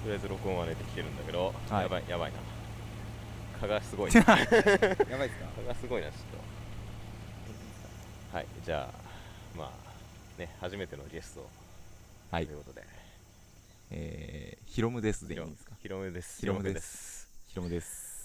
とりあえず録音はねできてるんだけど、 はいやばいな。蚊がすごいな。蚊やばいですか？ がすごいな、ちょっと。はい、じゃあ、まあ、ね、初めてのゲストはいということで、 ヒロムですでいいんですか？ ヒロムです。 ヒロムです。ヒロムです。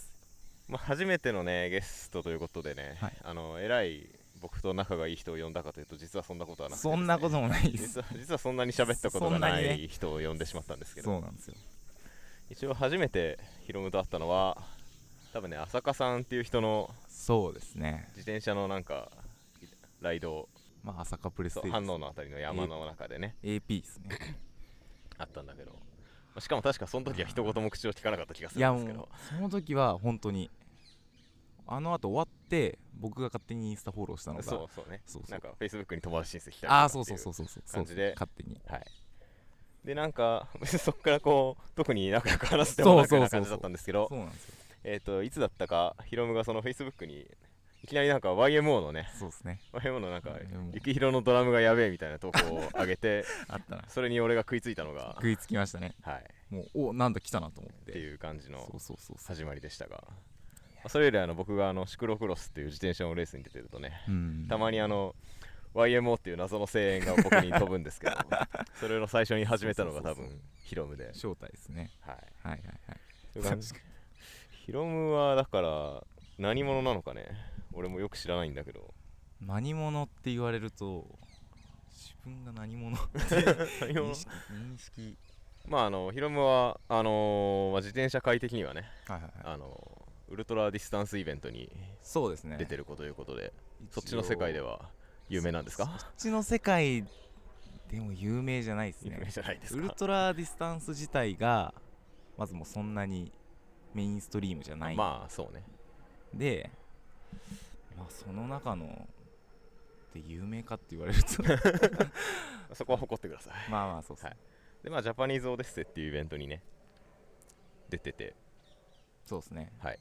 まあ、初めてのね、ゲストということでね、 はい、 えらい僕と仲がいい人を呼んだかというと、実はそんなことはなくてですね、 そんなこともないです。 実はそんなに喋ったことがなそんなにねい人を呼んでしまったんですけど、 そうなんですよ。 一応初めてヒロムと会ったのは、多分ね、浅香さんっていう人のそうですね。 自転車のなんかライド、 まあ朝霞プレステージ反応のあたりの山の中でね、 AP ですね。 あったんだけど、しかも確かその時は一言も口を聞かなかった気がすいやもうるんですけど、 その時は本当にあの後終わって僕が勝手にインスタフォローしたのがそうね、 そうなんか Facebook に友達申請来たりとあかっていあそうそう感じで、 勝手にはい。で、なんかそこからこう特に仲良く話してもなくな感じだったんですけど、 そうなんですよ。 いつだったかヒロムがその Facebook にいきなりなんか YMO のね、 そうですね。 YMO のなんか YMO 幸宏のドラムがやべえみたいな投稿を上げてあったな。 それに俺が食いついたのが、 食いつきましたね。 はい、 もうなんだ来たなと思ってっていう感じのそう始まりでしたが、それ以来僕がシクロクロスっていう自転車のレースに出てるとね、たまにYMO っていう謎の声援が僕に飛ぶんですけどそれの最初に始めたのが多分ヒロムで、 正体ですね。 はいはいという感じ。ヒロムはだから何者なのかね、俺もよく知らないんだけど。 何者って言われると自分が何者って認識まあヒロムは自転車界的にはね、ウルトラディスタンスイベントにそうですね出てる子ということで、そっちの世界では有名なんですか？ そっちの世界でも有名じゃないですね。 有名じゃないですか。 ウルトラディスタンス自体がまずもうそんなにメインストリームじゃない。 まあそうね。 で、まあその中ので有名かって言われるとそこは誇ってください。 まあそうですね、 はい。でまあジャパニーズオーデッセイっていうイベントにね出てて、 そうですね。 はい。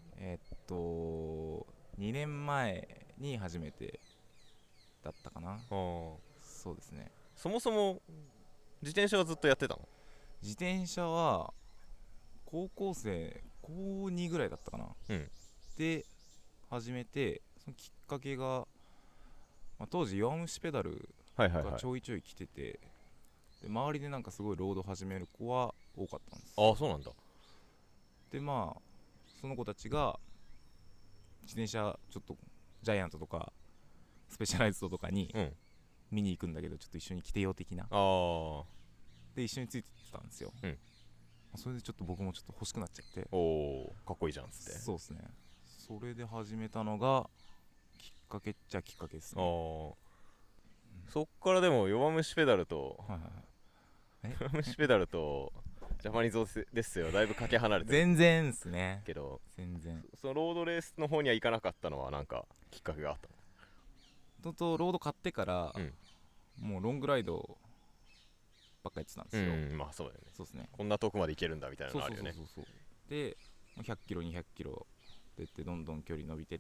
2年前に初めてだったかな。そうですね。 そもそも自転車はずっとやってたの？ 自転車は高校2ぐらいだったかな、で始めて、そのきっかけが、当時弱虫ペダルがちょいちょい来てて、で周りでなんかすごいロード始める子は多かったんです。 ああそうなんだ。 でまあその子たちが自転車ちょっとジャイアントとかスペシャライズドとかに見に行くんだけど、ちょっと一緒に来てよ的なで一緒についてたんですよ、それでちょっと僕もちょっと欲しくなっちゃって、 おーかっこいいじゃんっつって。 そうですね。それで始めたのがきっかけっちゃきっかけですね。 そっからでも弱虫ペダルと弱虫ペダルとジャパニーズオーデッセイはだいぶかけ離れてる全然ですね。 けど、 全然そのロードレースの方には行かなかったのはなんかきっかけがあったロード買ってから、もうロングライドばっかやってたんですよ。 まあそうだよね。 そうですね。 こんな遠くまで行けるんだみたいなのあるよね。 そうで100キロ200キロ出てどんどん距離伸びてって、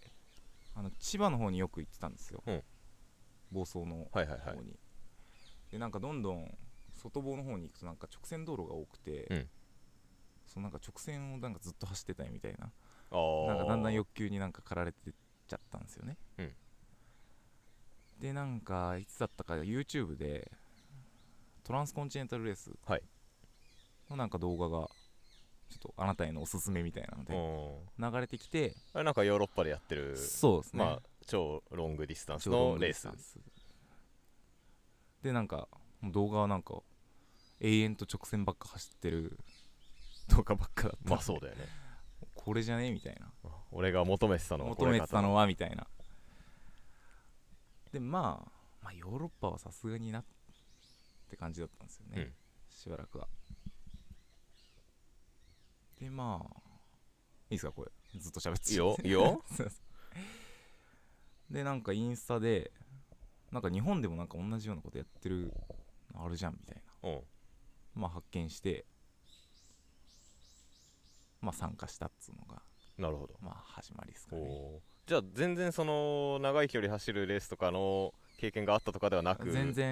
千葉の方によく行ってたんですよ、房総の方に、でなんかどんどん外房の方に行くとなんか直線道路が多くて、そのなんか直線をなんかずっと走ってたいみたいな、なんかだんだん欲求になんか駆られてっちゃったんですよね、でなんかいつだったか YouTube でトランスコンチネンタルレースのなんか動画がちょっとあなたへのおすすめみたいなので流れてきて、 あれなんかヨーロッパでやってる、 そうですね、 まあ超ロングディスタンスのレースで、なんか動画はなんか永遠と直線ばっか走ってる動画ばっかだった。 まあそうだよね。 これじゃねみたいな、 俺が求めてたのはみたいな。でまあヨーロッパはさすがになって感じだったんですよね、しばらくは。でまあいいですか、これずっと喋っていいよでなんかインスタでなんか日本でもなんか同じようなことやってるのあるじゃんみたいな、まあ発見して、まあ参加したっつうのが、 なるほど、 まあ始まりですかね。 じゃあ全然その長い距離走るレースとかの経験があったとかではなく、 全然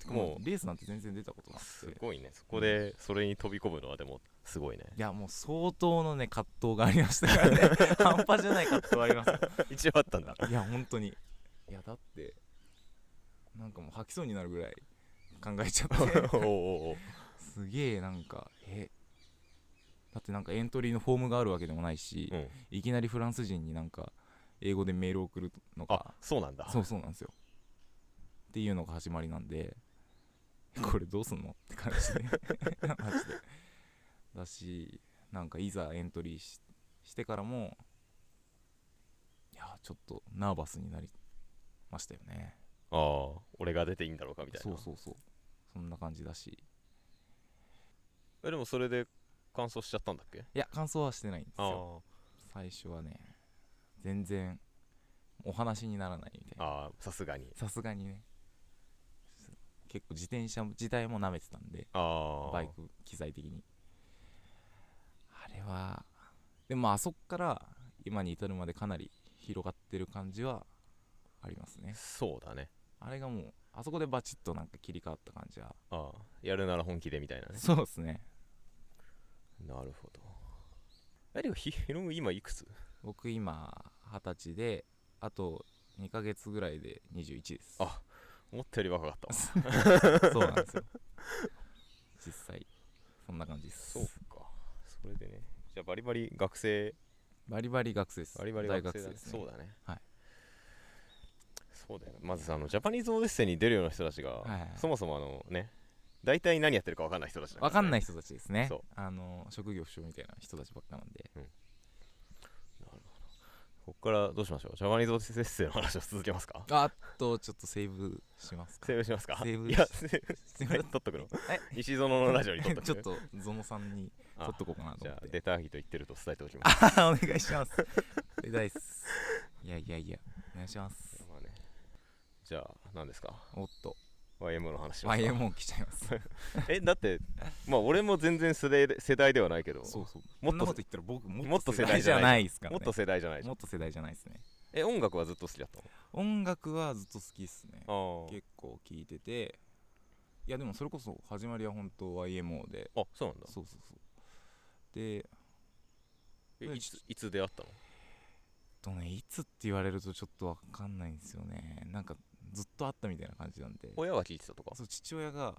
もうレースなんて全然出たことなくて、 すごいね。そこでそれに飛び込むのはでもすごいね。 いやもう相当のね葛藤がありましたからね半端じゃない葛藤ありますよ一応あったんだ。 いや本当に、いやだってなんかもう吐きそうになるぐらい考えちゃっておうすげえなんかだってなんかエントリーのフォームがあるわけでもないし、 うん、 いきなりフランス人になんか英語でメールを送るのが、 そうなんだ。 そうなんですよっていうのが始まりなんで、これどうすんのって感じでマジでだし、なんかいざエントリー してからも、いやちょっとナーバスになりましたよね。 ああ、俺が出ていいんだろうかみたいな。 そうそんな感じだし、 でもそれで完走しちゃったんだっけ？ いや完走はしてないんですよ。最初はね全然お話にならないみたいな。 さすがにね、結構自転車自体も舐めてたんで、バイク機材的にあれは。でもあそっから今に至るまでかなり広がってる感じはありますね。 そうだね。 あれがもうあそこでバチッとなんか切り替わった感じは、 やるなら本気でみたいなね。 そうですね。 なるほど。でもヒロム今いくつ？ 僕今20歳で、あと2ヶ月ぐらいで21です。 思ったより若かったわそうなんですよ実際そんな感じです。 そうか。それでね、じゃあバリバリ学生。 バリバリ学生です。 バリバリ大学生ですね。 そうだね。 はい。 そうだよね。まずジャパニーズオデッセイに出るような人たちが、そもそもね、大体何やってるか分かんない人たちだからね。 分かんない人たちですね。 そう、 職業不詳みたいな人たちばっかなんで、 なるほど。ここからどうしましょう。ジャパニーズオデッセイの話を続けますか？ ちょっとセーブしますか？ セーブしますか？ セーブいや取っとくの。西園のラジオに取っとく。 ちょっとゾノさんに取っとこうかなと思って。 じゃあ出たいと言ってると伝えておきます。 お願いします。出たいっす。いやお願いします。 じゃあ何ですか？ おっと YMO の話しますか？ YMO 来ちゃいますだって俺も全然世代ではないけど、 もっと言ったら僕もっと世代じゃないですからね。 もっと世代じゃない。 もっと世代じゃないですね。 音楽はずっと好きだったの？ 音楽はずっと好きっすね。結構聴いてて、いやでもそれこそ始まりは本当 YMO で。 そうなんだ。 そうで、 いつ出会ったの？ いつって言われるとちょっと分かんないんですよね。なんかずっとあったみたいな感じなんで。 親が聴いてたとか？ そう、父親が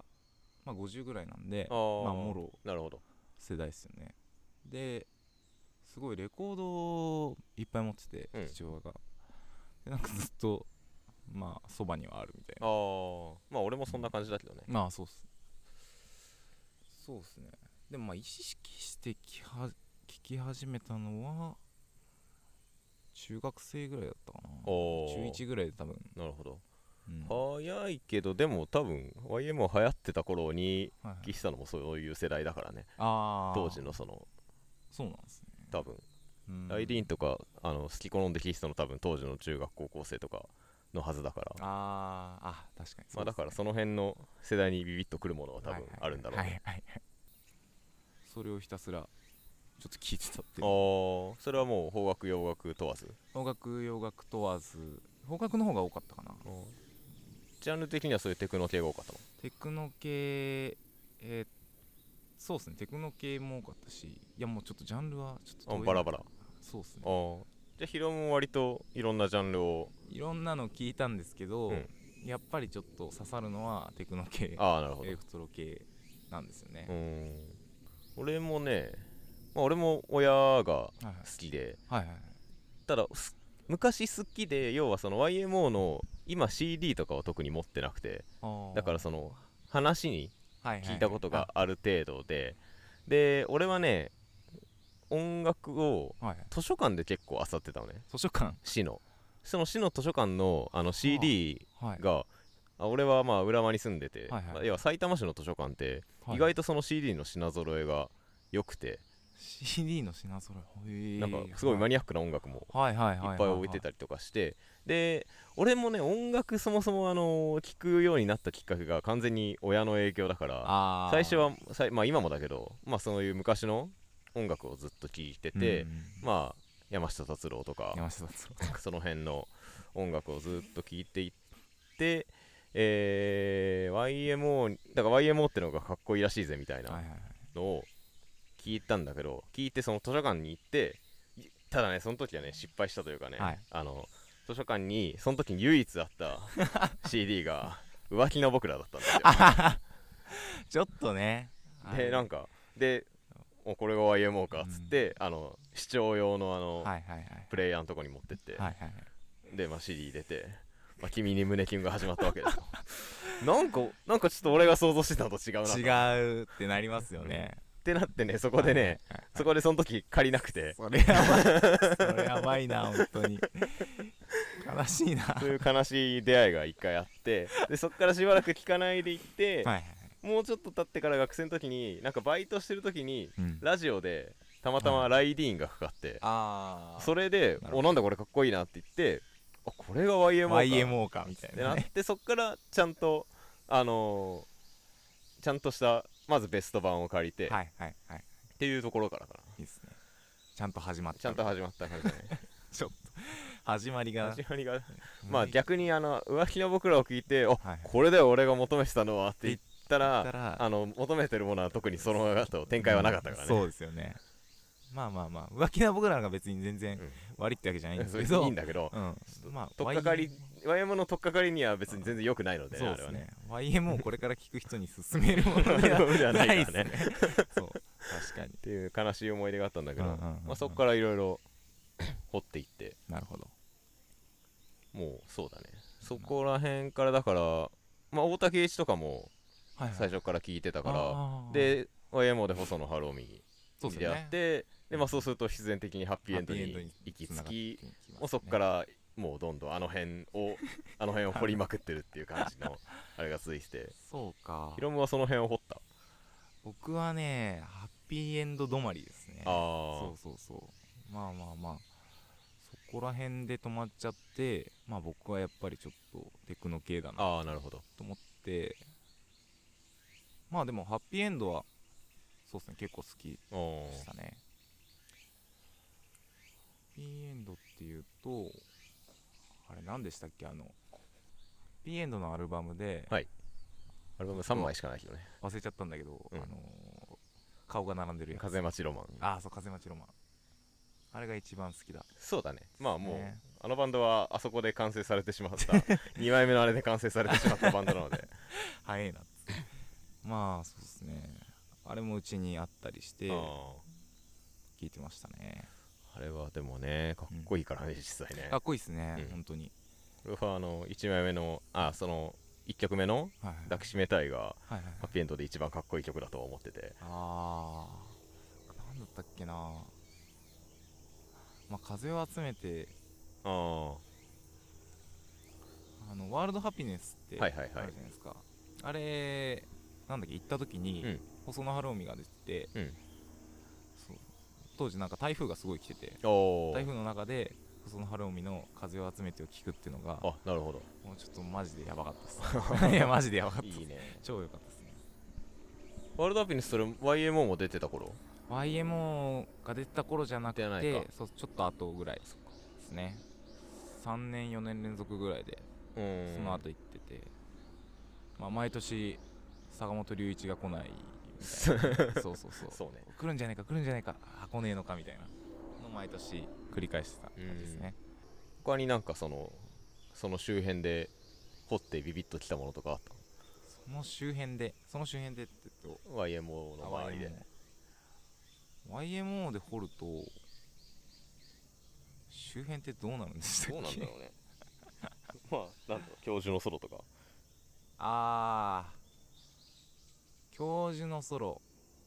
50ぐらいなんで、もろなるほど世代ですよね。ですごいレコードをいっぱい持ってて、父親がでなんかずっとそばにはあるみたいな。 俺もそんな感じだけどね。 そうっすね。でも意識して聴き始めたのは中学生ぐらいだったかな。中1ぐらいで多分。 なるほど、早いけどでも多分 YMO 流行ってた頃に聴いてたのもそういう世代だからね。当時のそうなんですね。 多分アイリーンとか好き好んで聴いてたの多分当時の中学高校生とかのはずだから。 確かにそうですね。 だからその辺の世代にビビッとくるものは多分あるんだろうね。 それをひたすらちょっと聞いてたっていう。 それはもう邦楽洋楽問わず？ 邦楽洋楽問わず、邦楽の方が多かったかな。 ジャンル的にはそういうテクノ系が多かったの？ テクノ系、そうですね。テクノ系も多かったし、いやもうちょっとジャンルはちょっとバラバラ。 そうですね。 じゃあヒロも割といろんなジャンルをいろんなの聞いたんですけど、やっぱりちょっと刺さるのはテクノ系、エレクトロ系なんですよね。 俺もね、俺も親が好きで、ただ昔好きで、要はその YMO の今 CD とかは特に持ってなくて、だからその話に聞いたことがある程度で、で俺はね音楽を図書館で結構漁ってたのね。 図書館？ その市の図書館のCD が、俺は浦和に住んでて、要は埼玉市の図書館って意外とその CD の品揃えが良くて、 CD の品揃え、 なんかすごいマニアックな音楽もいっぱい置いてたりとかして、で俺もね音楽そもそも聴くようになったきっかけが完全に親の影響だから、最初は今もだけどそういう昔の音楽をずっと聴いてて、山下達郎とかその辺の音楽をずっと聴いていって、 YMO だから YMO ってのがかっこいいらしいぜみたいなのを聞いたんだけど、聞いてその図書館に行って、ただねその時はね失敗したというかね、 はい、 図書館にその時に唯一あった CD が浮気の僕らだったんですよちょっとね。 でなんかでこれが YMO かっつって、視聴用のプレイヤーのとこに持ってって、で、CD 入れて、君に胸キュンが始まったわけですよなんかちょっと俺が想像してたのと違うな。 違うってなりますよね、 ってなってね、そこでね、そこでその時借りなくて、 それやばいそれやばいな本当に悲しいな。 そういう悲しい出会いが一回あって、でそっからしばらく聞かないでいって、もうちょっと経ってから学生の時になんかバイトしてる時に、ラジオでたまたまライディーンがかかって、それでなんだこれかっこいいなって言って、これが YMO かみたいな、 ね、でそっからちゃんとちゃんとしたまずベスト版を借りて、っていうところからかな。 いいですね。ちゃんと始まった感じだねちょっと始まりがまあ逆に浮気の僕らを聞いて、これだよ俺が求めてたのはって言ったら求めてるものは特にそのままだと展開はなかったからね、 そうですよね。まあ浮気な僕らが別に全然悪いってわけじゃないんですけど、 いいんだけど、とっかかり YMO のとっかかりには別に全然良くないので、 そうですね。YMO をこれから聞く人に勧めるものではないですねそう確かにっていう悲しい思い出があったんだけど、そこからいろいろ掘っていって、 なるほど。 もうそうだね、そこら辺からだから大竹一とかも最初から聞いてたから、で YMO で細野晴臣でやって、でそうすると必然的にハッピーエンドに行き着き、そこからもうどんどんあの辺を掘りまくってるっていう感じのあれが続いてそうか。 ヒロムはその辺を掘った？ 僕はねハッピーエンド止まりですね。そうまあそこら辺で止まっちゃって、僕はやっぱりちょっとテクノ系だなと思って、でもハッピーエンドはそうですね結構好きでしたね。ハッピーエンドっていうとあれ何でしたっけ、ハッピーエンドのアルバムで、 アルバム3枚しかないけどね、 忘れちゃったんだけど、顔が並んでるやつ、 風待ちロマン。 そう風待ちロマン、あれが一番好きだ。 そうだね。もうあのバンドはあそこで完成されてしまった2枚目のあれで完成されてしまったバンドなので早いなっつってそうですね、あれもうちにあったりして聞いてましたね。 あれはでもねかっこいいからね、実際ねかっこいいですね、本当に。 これは1枚目のその1曲目の「抱きしめたい」がハッピーエンドで一番かっこいい曲だと思ってて、 なんだったっけな、風を集めて、ワールドハピネスってあるじゃないですか、あれなんだっけ、行った時に、細野晴臣が出てて、当時なんか台風がすごい来てて、台風の中で細野晴臣の風を集めてを聞くっていうのが、 なるほど、 もうちょっとマジでやばかったですいやマジでやばかったです。 いいね、 超良かったですね。 ワールドハピネス、それ YMO も出てた頃？ YMO が出てた頃じゃなくて、ちょっと後ぐらいですね。3年4年連続ぐらいでその後行ってて、毎年坂本龍一が来ないみたいなそうね、来るんじゃないか来ねえのかみたいなのを毎年繰り返してた感じですね。 他になんかその周辺で掘ってビビッときたものとかあった？ その周辺でって言うと YMO の周りで YMO で掘ると周辺ってどうなるんでしたっけ？ どうなんだろうねなんだろう、教授のソロとか。 教授のソロ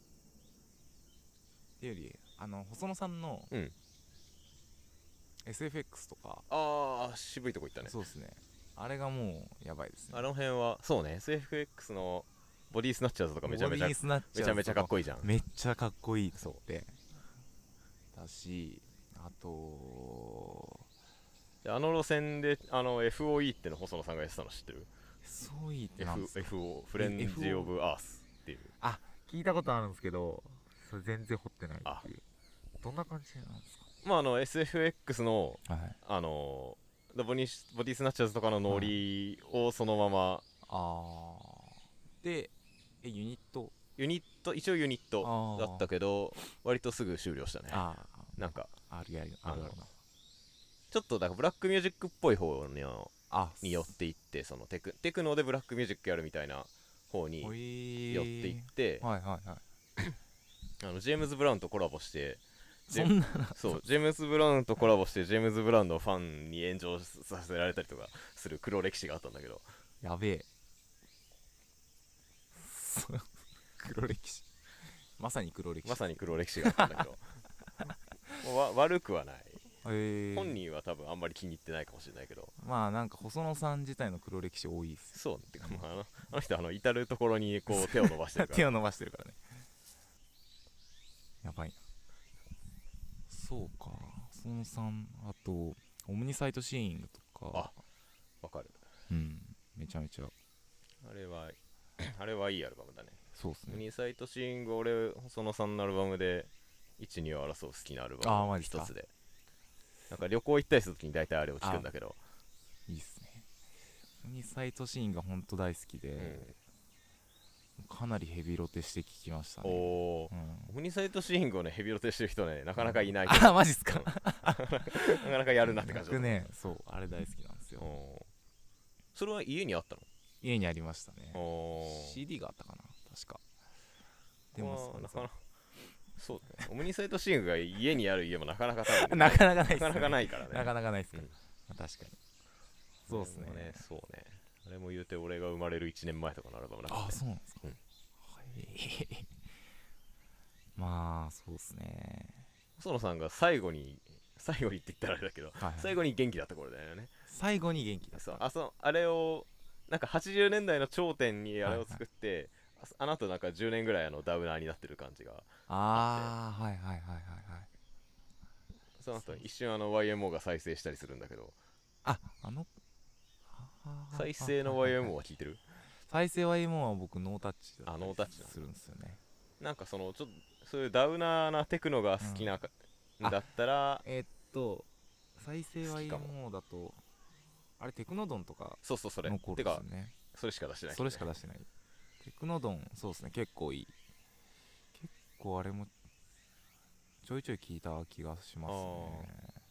っていうより細野さんの、SFX とか渋いとこ行ったね。 そうですね、あれがもうやばいですね。 あの辺はそうね、 SFX のボディスナッチャーズとかめちゃめちゃかっこいいじゃん。 めっちゃかっこいいってだし、あと路線でFOE っての細野さんがやってたの知ってる？ FOE って何ですか？ FO フレンジオブアースっていう。 聞いたことあるんですけど、それ全然掘ってないっていう。どんな感じなんですか？ SFX のボディスナッチャーズとかのノリをそのままあでユニット一応ユニットだったけど割とすぐ終了したね。なんかあるちょっとだからブラックミュージックっぽい方に寄っていって、そのテクノでブラックミュージックやるみたいな方に寄っていって、ジェームズ・ブラウンとコラボして、ジェームズ・ブラウンとコラボしてジェームズ・ブラウンのファンに炎上させられたりとかする黒歴史があったんだけど、 やべえ黒歴史、まさに黒歴史があったんだけど悪くはない。本人は多分あんまり気に入ってないかもしれないけど、 まあなんか細野さん自体の黒歴史多いっす。 そうってか、まあ、あの人至る所にこう手を伸ばしてるから手を伸ばしてるからね。やばいな。そうか、細野さん、あとオムニサイトシーイングとか。 わかる。 めちゃめちゃあれはいいアルバムだね。 そうっすね。 オムニサイトシーイング、俺細野さんのアルバムで 1,2 を争う好きなアルバムの一つで、なんか旅行行ったりするときに大体あれを聴くんだけど、 いいっすね。オムニサイトシーンがほんと大好きで、かなりヘビロテして聞きましたね。 オムニサイトシーングをねヘビロテしてる人ねなかなかいないマジっすかなかなかやるなって感じだ。 僕ね、そうあれ大好きなんですよ。 それは家にあったの？ 家にありましたね。CD があったかな確か。 でもなかなかそうだね、オムニサイトシーングが家にある家もなかなか多分なかなかないっすね。 なかなかないからね。 なかなかないっすね。確かにそうっすね。 そうね、あれも言うて俺が生まれる1年前とかのアルバムなんで。 そうなんですか。まあそうっすね。 細野さんが最後にって言ったらあれだけど、最後に元気だった頃だよね。 最後に元気だった。 あれをなんか80年代の頂点にあれを作って、あの後なんか10年ぐらいダウナーになってる感じがあって、その後一瞬YMO が再生したりするんだけど、再生の YMO は聞いてる？ 再生 YMO は僕ノータッチだったりするんですよね。 なんかちょっとそういうダウナーなテクノが好きな、だったら再生 YMO だとあれテクノドンとかそれの頃ですよね。 それしか出してない、 それしか出してない。テクノドンそうですね、結構いい。結構あれもちょいちょい聞いた気がしますね。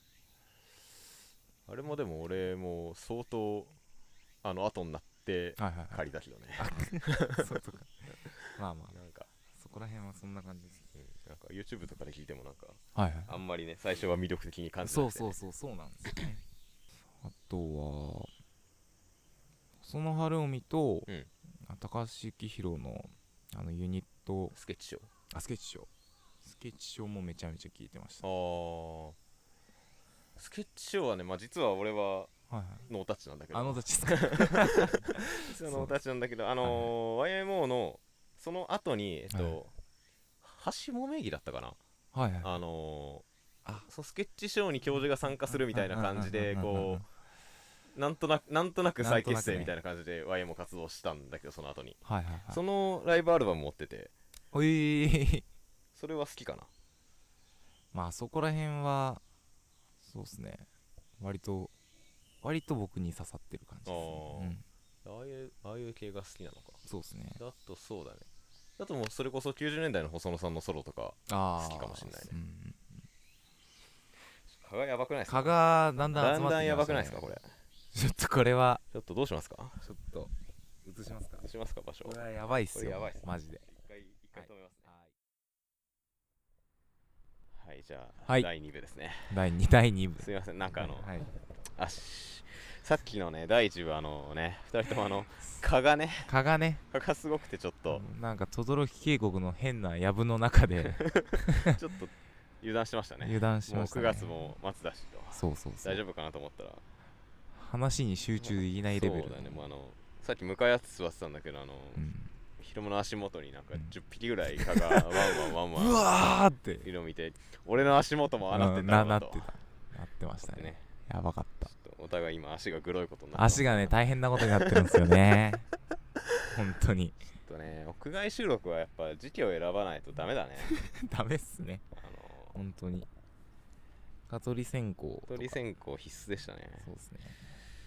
あれもでも俺も相当後になって借りたけどね。 そうとかまあなんかそこら辺はそんな感じです。 なんか YouTube とかで聞いてもなんかあんまりね最初は魅力的に感じなくて、 そうなんですよね。あとは細野晴臣と高橋幸宏のユニットスケッチショースケッチショーもめちゃめちゃ聞いてました。 スケッチショーはね、実は俺はノータッチなんだけど、 ノータッチですか実はノータッチなんだけど、YMO のその後に橋もめぎだったかな、そのスケッチショーに教授が参加するみたいな感じでこうなんとなく再結成みたいな感じで YMO 活動したんだけど、その後にそのライブアルバム持ってて、それは好きかな。 まあそこら辺はそうですね、割と僕に刺さってる感じですね。 ああいう系が好きなのか。 そうですね。 だとそうだね。だともうそれこそ90年代の細野さんのソロとか好きかもしれないね。蚊がやばくないですか？ 蚊がだんだん集まってきましたね。 だんだんやばくないですかこれ。 ちょっとこれはちょっとどうしますか？ ちょっと映しますか場所。 これはやばいっすよ。マジで。 一回止めますね。はい、じゃあ、第2部ですね。 第2部。 すいません、なんかさっきのね、第1部2人とも蚊がすごくてちょっとなんか轟渓谷の変な藪の中でちょっと油断してましたね。 もう9 月も末だしと。 そう大丈夫かなと思ったら話に集中できないレベル。 そうだね、もうさっき向かい合って座ってたんだけどヒロムの足元になんか10匹ぐらい蚊がワンワンうわーっているのを見て、俺の足元もなってたなってましたね。やばかった。 お互い今足がグロいことになって、 足がね大変なことになってるんですよね本当に。 ちょっとね、屋外収録はやっぱ時期を選ばないとダメだねダメっすね本当に。蚊取り線香必須でしたね。 そうですね。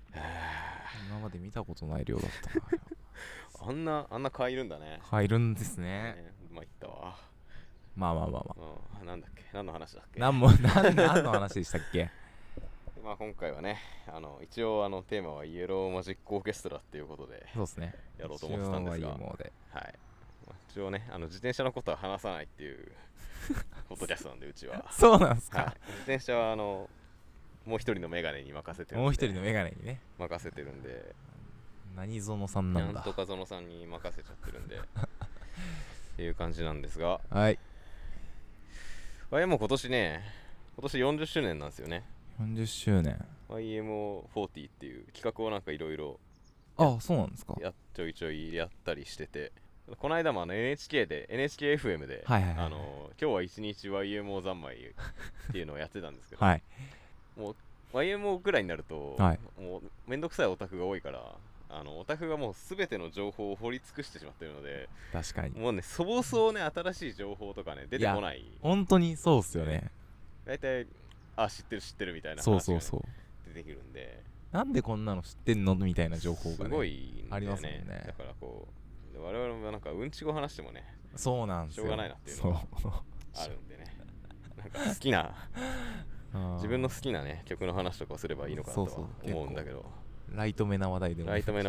今まで見たことない量だったな。あんな蚊いるんだね。 蚊いるんですね。 まあいったわ。 まあまあまあまあ。なんだっけ、何の話だっけ。 何の話でしたっけ。 まあ今回はね、一応テーマはイエローマジックオーケストラっていうことで、 そうですね。 やろうと思ってたんですが、はい。一応ね、自転車のことは話さないっていうポッドキャストなんで、うちは。 そうなんですか。 はい、自転車はもう一人のメガネに任せてるんで。 もう一人のメガネにね。 任せてるんで。 何園さんなんだ。 なんとか園さんに任せちゃってるんで。っていう感じなんですが。 はい。 もう今年40周年なんですよね。 40周年。 YMO40 っていう企画をなんかいろいろ。 あ、そうなんですか。 ちょいちょいやったりしてて。この間もNHKFM で、今日は一日 YMO 三昧っていうのをやってたんですけど、 はい、 もう YMO ぐらいになると、 はい、 もうめんどくさいオタクが多いから、オタクがもう全ての情報を掘り尽くしてしまってるので、 確かにもうね、そぼそうね、新しい情報とかね、出てこない。 本当にそうっすよね。 大体、知ってるみたいな話が、ね、出てくるんで、 なんでこんなの知ってんのみたいな情報が、ね、 すごい、 ありますもんね。 だからこう我々もなんかうんちご話してもね、 そうなんですよ。 しょうがないなっていうのがあるんでね、なんか好きな自分の好きなね曲の話とかをすればいいのかなとは思うんだけど、 ライトめな話題で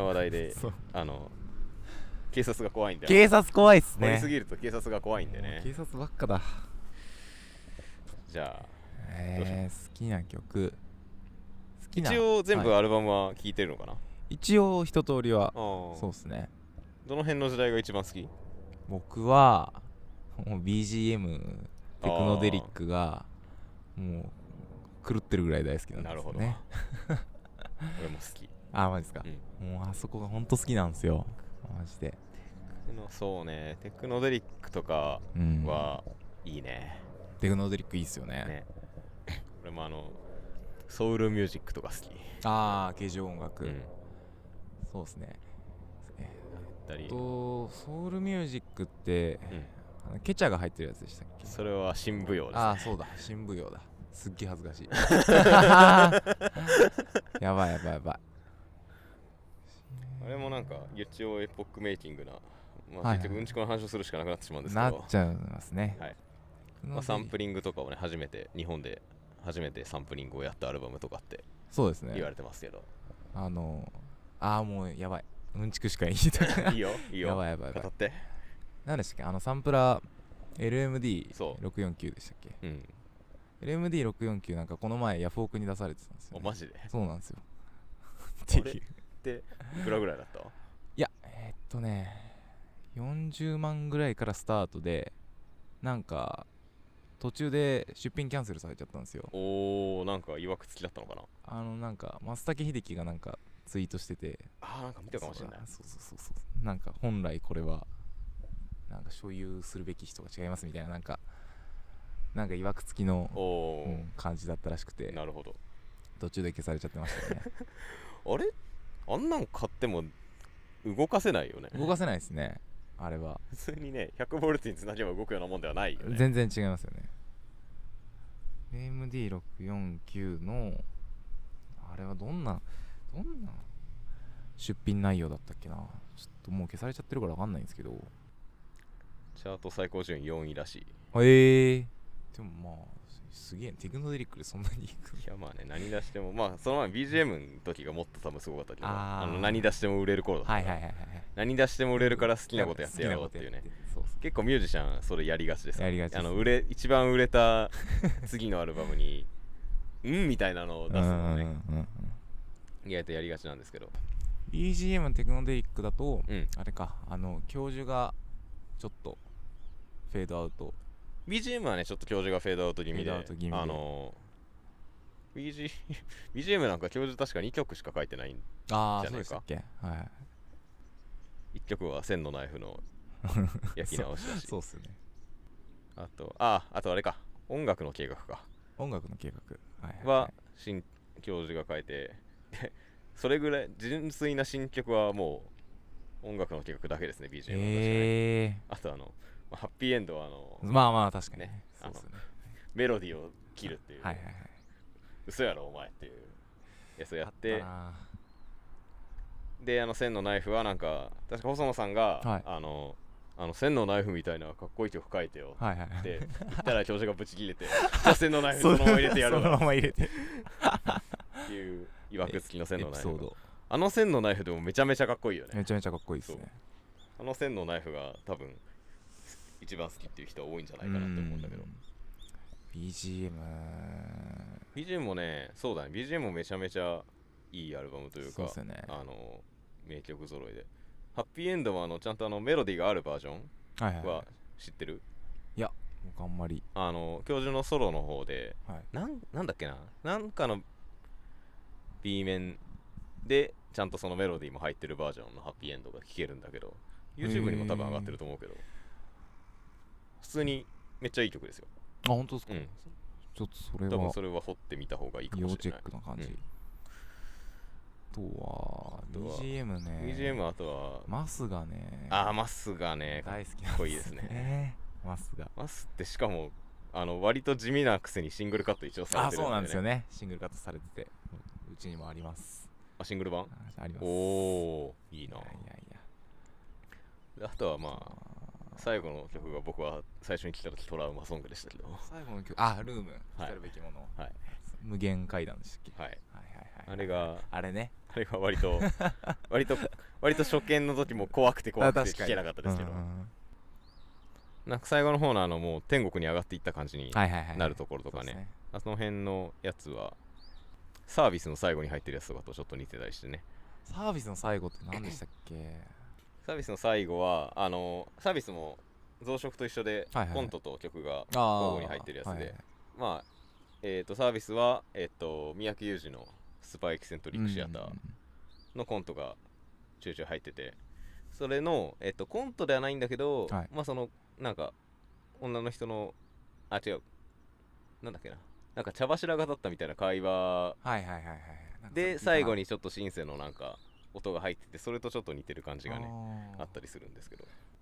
警察が怖いんで、 警察怖いっすね。 掘りすぎると警察が怖いんでね。 警察ばっかだ。 じゃあ好きな曲、 一応全部アルバムは聴いてるのかな。 一応一通りは。そうっすね。 どの辺の時代が一番好き？ 僕はもう BGM テクノデリックがもう狂ってるぐらい大好きなんですよね。なるほど俺も好き。 マジですか、もうあそこがほんと好きなんですよマジで。 そうね、テクノデリックとかはいいね。 テクノデリックいいっすよね。 俺もソウルミュージックとか好き。 形状音楽、そうっすね。ソウルミュージックって、ケチャが入ってるやつでしたっけ。 それは新舞踊ですね。 そうだ、新舞踊だ。すっげえ恥ずかしいやばい。あれもなんか一応エポックメイキングな、結局うんちくの話をするしかなくなってしまうんですけど、 なっちゃいますね。 サンプリングとかをね、日本で初めてサンプリングをやったアルバムとかってそうですね言われてますけど、 もうやばい、うんちくしか言いたくない。いいよやばい語って。 何でしたっけ、サンプラー LMD649 でしたっけ。LMD649 なんかこの前ヤフオクに出されてたんですよ、ね。 マジで。 そうなんですよっていうでいくらぐらいだった？ いや40万ぐらいからスタートで、なんか途中で出品キャンセルされちゃったんですよ。 なんか曰くつきだったのかな。 なんか松竹秀喜がなんかツイートしてて、 なんか見たかもしれない。 そうなんか本来これはなんか所有するべき人が違いますみたいな、なんか曰くつきの、感じだったらしくて、 なるほど、 途中で消されちゃってましたねあれ、あんなん買っても動かせないよね。 動かせないですね、あれは。 普通にね、100ボルトにつなげば動くようなもんではないよね。 全然違いますよね。 AMD649 のあれはどんな出品内容だったっけな。ちょっともう消されちゃってるから分かんないんですけど、 チャート最高順位4位らしい。 でもすげえ、テクノデリックでそんなにいく。 いや何出してもその前 BGM の時がもっと多分すごかったけど、何出しても売れる頃だったから、何出しても売れるから好きなことやってやろうっていうね。結構ミュージシャンそれやりがちです。一番売れた次のアルバムにみたいなのを出すのね意外とやりがちなんですけど、 BGM テクノデリックだと、あれか、教授がちょっとフェードアウト、 BGM はねちょっと教授がフェードアウト気味で、BGM なんか教授確か2曲しか書いてないんじゃないか。1曲は千のナイフの焼き直しだしそうっすね。 あとあれか、音楽の計画は新教授が書いてそれぐらい純粋な新曲はもう音楽の計画だけですね、 BGM は。あとハッピーエンドは確かにね、 メロディーを切るっていう、嘘やろお前っていうやつをやって、 で千のナイフはなんか確か細野さんが、 はい、 千のナイフみたいなかっこいい曲書いてよって言ったら教授がブチ切れてじゃあ千のナイフそのまま入れてやるわそのまま入れてっていういわくつきの千のナイフが千のナイフでもめちゃめちゃかっこいいよね。 めちゃめちゃかっこいいですね。 千のナイフが多分一番好きっていう人は多いんじゃないかなと思うんだけど、BGM もね、そうだね、 BGM もめちゃめちゃいいアルバムというか、 そうですよね、 名曲揃いで、ハッピーエンドもちゃんとメロディーがあるバージョンは知ってる？ いや、僕あんまり教授のソロの方で、なんだっけな、なんかの B 面でちゃんとそのメロディーも入ってるバージョンのハッピーエンドが聴けるんだけど、 YouTube にも多分上がってると思うけど、普通にめっちゃいい曲ですよ。 あ、本当ですか？ちょっとそれは多分それは掘ってみた方がいいかもしれない。 要チェックな感じ。あとは BGM ね。 BGM あとはマスがね、 マスがね大好きかっこいいですね。 マスってしかも割と地味なくせにシングルカット一応されてるんで、ね、 そうなんですよね。シングルカットされてて、うちにもあります。 シングル版あります。 おお、いいな。あとはまあ最後の曲が僕は最初に聴いた時トラウマソングでしたけど、 最後の曲、ルーム、来るべきもの、無限階段でしたっけ？あれね、 あれが割と初見の時も怖くて聴けなかったですけど、なんか最後の方のもう天国に上がっていった感じになるところとかね、その辺のやつはサービスの最後に入ってるやつとかとちょっと似てたりしてね。 サービスの最後って何でしたっけ？ サービスの最後はサービスも増殖と一緒で、コントと曲が交互に入ってるやつで、まあサービスは三宅裕司のスパイエキセントリックシアターのコントがちょいちょい入ってて、それのコントではないんだけど、まあそのなんか女の人の違う、なんだっけな、なんか茶柱が立ったみたいな会話で最後にちょっとシンセのなんか音が入ってて、それとちょっと似てる感じがねあったりするんですけど、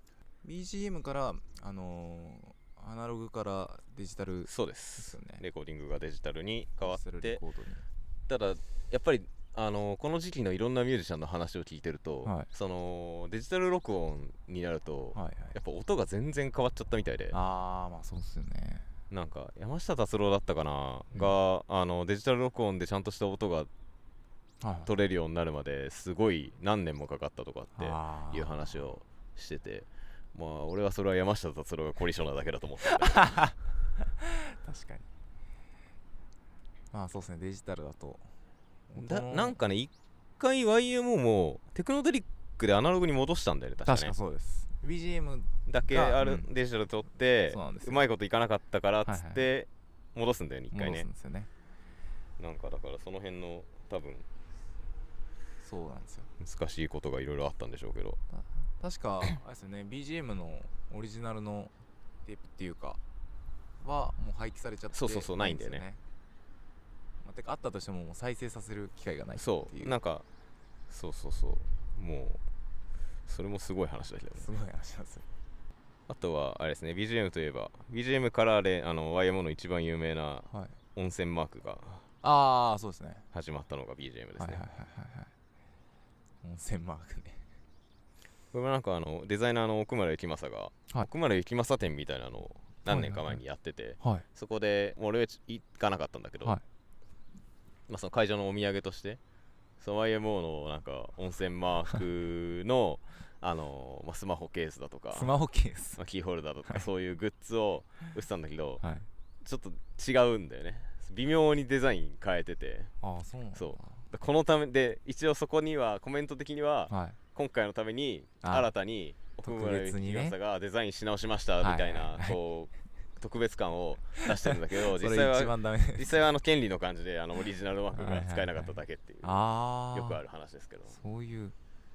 BGM からアナログからデジタル、 そうですよね。レコーディングがデジタルに変わって、ただやっぱりこの時期のいろんなミュージシャンの話を聞いてると、そのデジタル録音になると、やっぱ音が全然変わっちゃったみたいで、 まあそうっすよね。 なんか山下達郎だったかな、がデジタル録音でちゃんとした音が取れるようになるまですごい何年もかかったとかっていう話をしてて、まあ俺はそれは山下達郎が凝り性なだけだと思ってた確かに。まあそうですね、デジタルだとなんかね、一回 YMO もテクノデリックでアナログに戻したんだよね、確かね。 そうです。 BGM だけデジタル取って、うまいこといかなかったからっつって戻すんだよね、一回ね。なんかだからその辺の多分そうなんですよ、 難しいことがいろいろあったんでしょうけど、 確かあれですよね、BGM のオリジナルのテープっていうかはもう廃棄されちゃって、 そうないんだよね。 てかあったとしても再生させる機会がないっていう。 そうなんかそうもうそれもすごい話だけどね。 すごい話なんですよ。 あとはあれですね、 BGM といえば BGM カラーでYMO の一番有名な温泉マークがそうですね、 始まったのが BGM ですね。 温泉マークね。 これもなんかデザイナーの奥村幸正が、奥村幸正展みたいなのを何年か前にやってて、そこでもう俺は行かなかったんだけど、まあその会場のお土産としてその YMO のなんか温泉マークのまあ、スマホケースだとかスマホケース、 まあ、キーホルダーとかそういうグッズを売ってたんだけど、ちょっと違うんだよね。微妙にデザイン変えてて、そうこのためで一応そこにはコメント的には、今回のために新たに奥村幸正がデザインし直しましたみたいなこう特別感を出してるんだけど実際は権利の感じでオリジナルマークが使えなかっただけっていう、よくある話ですけど、 そういう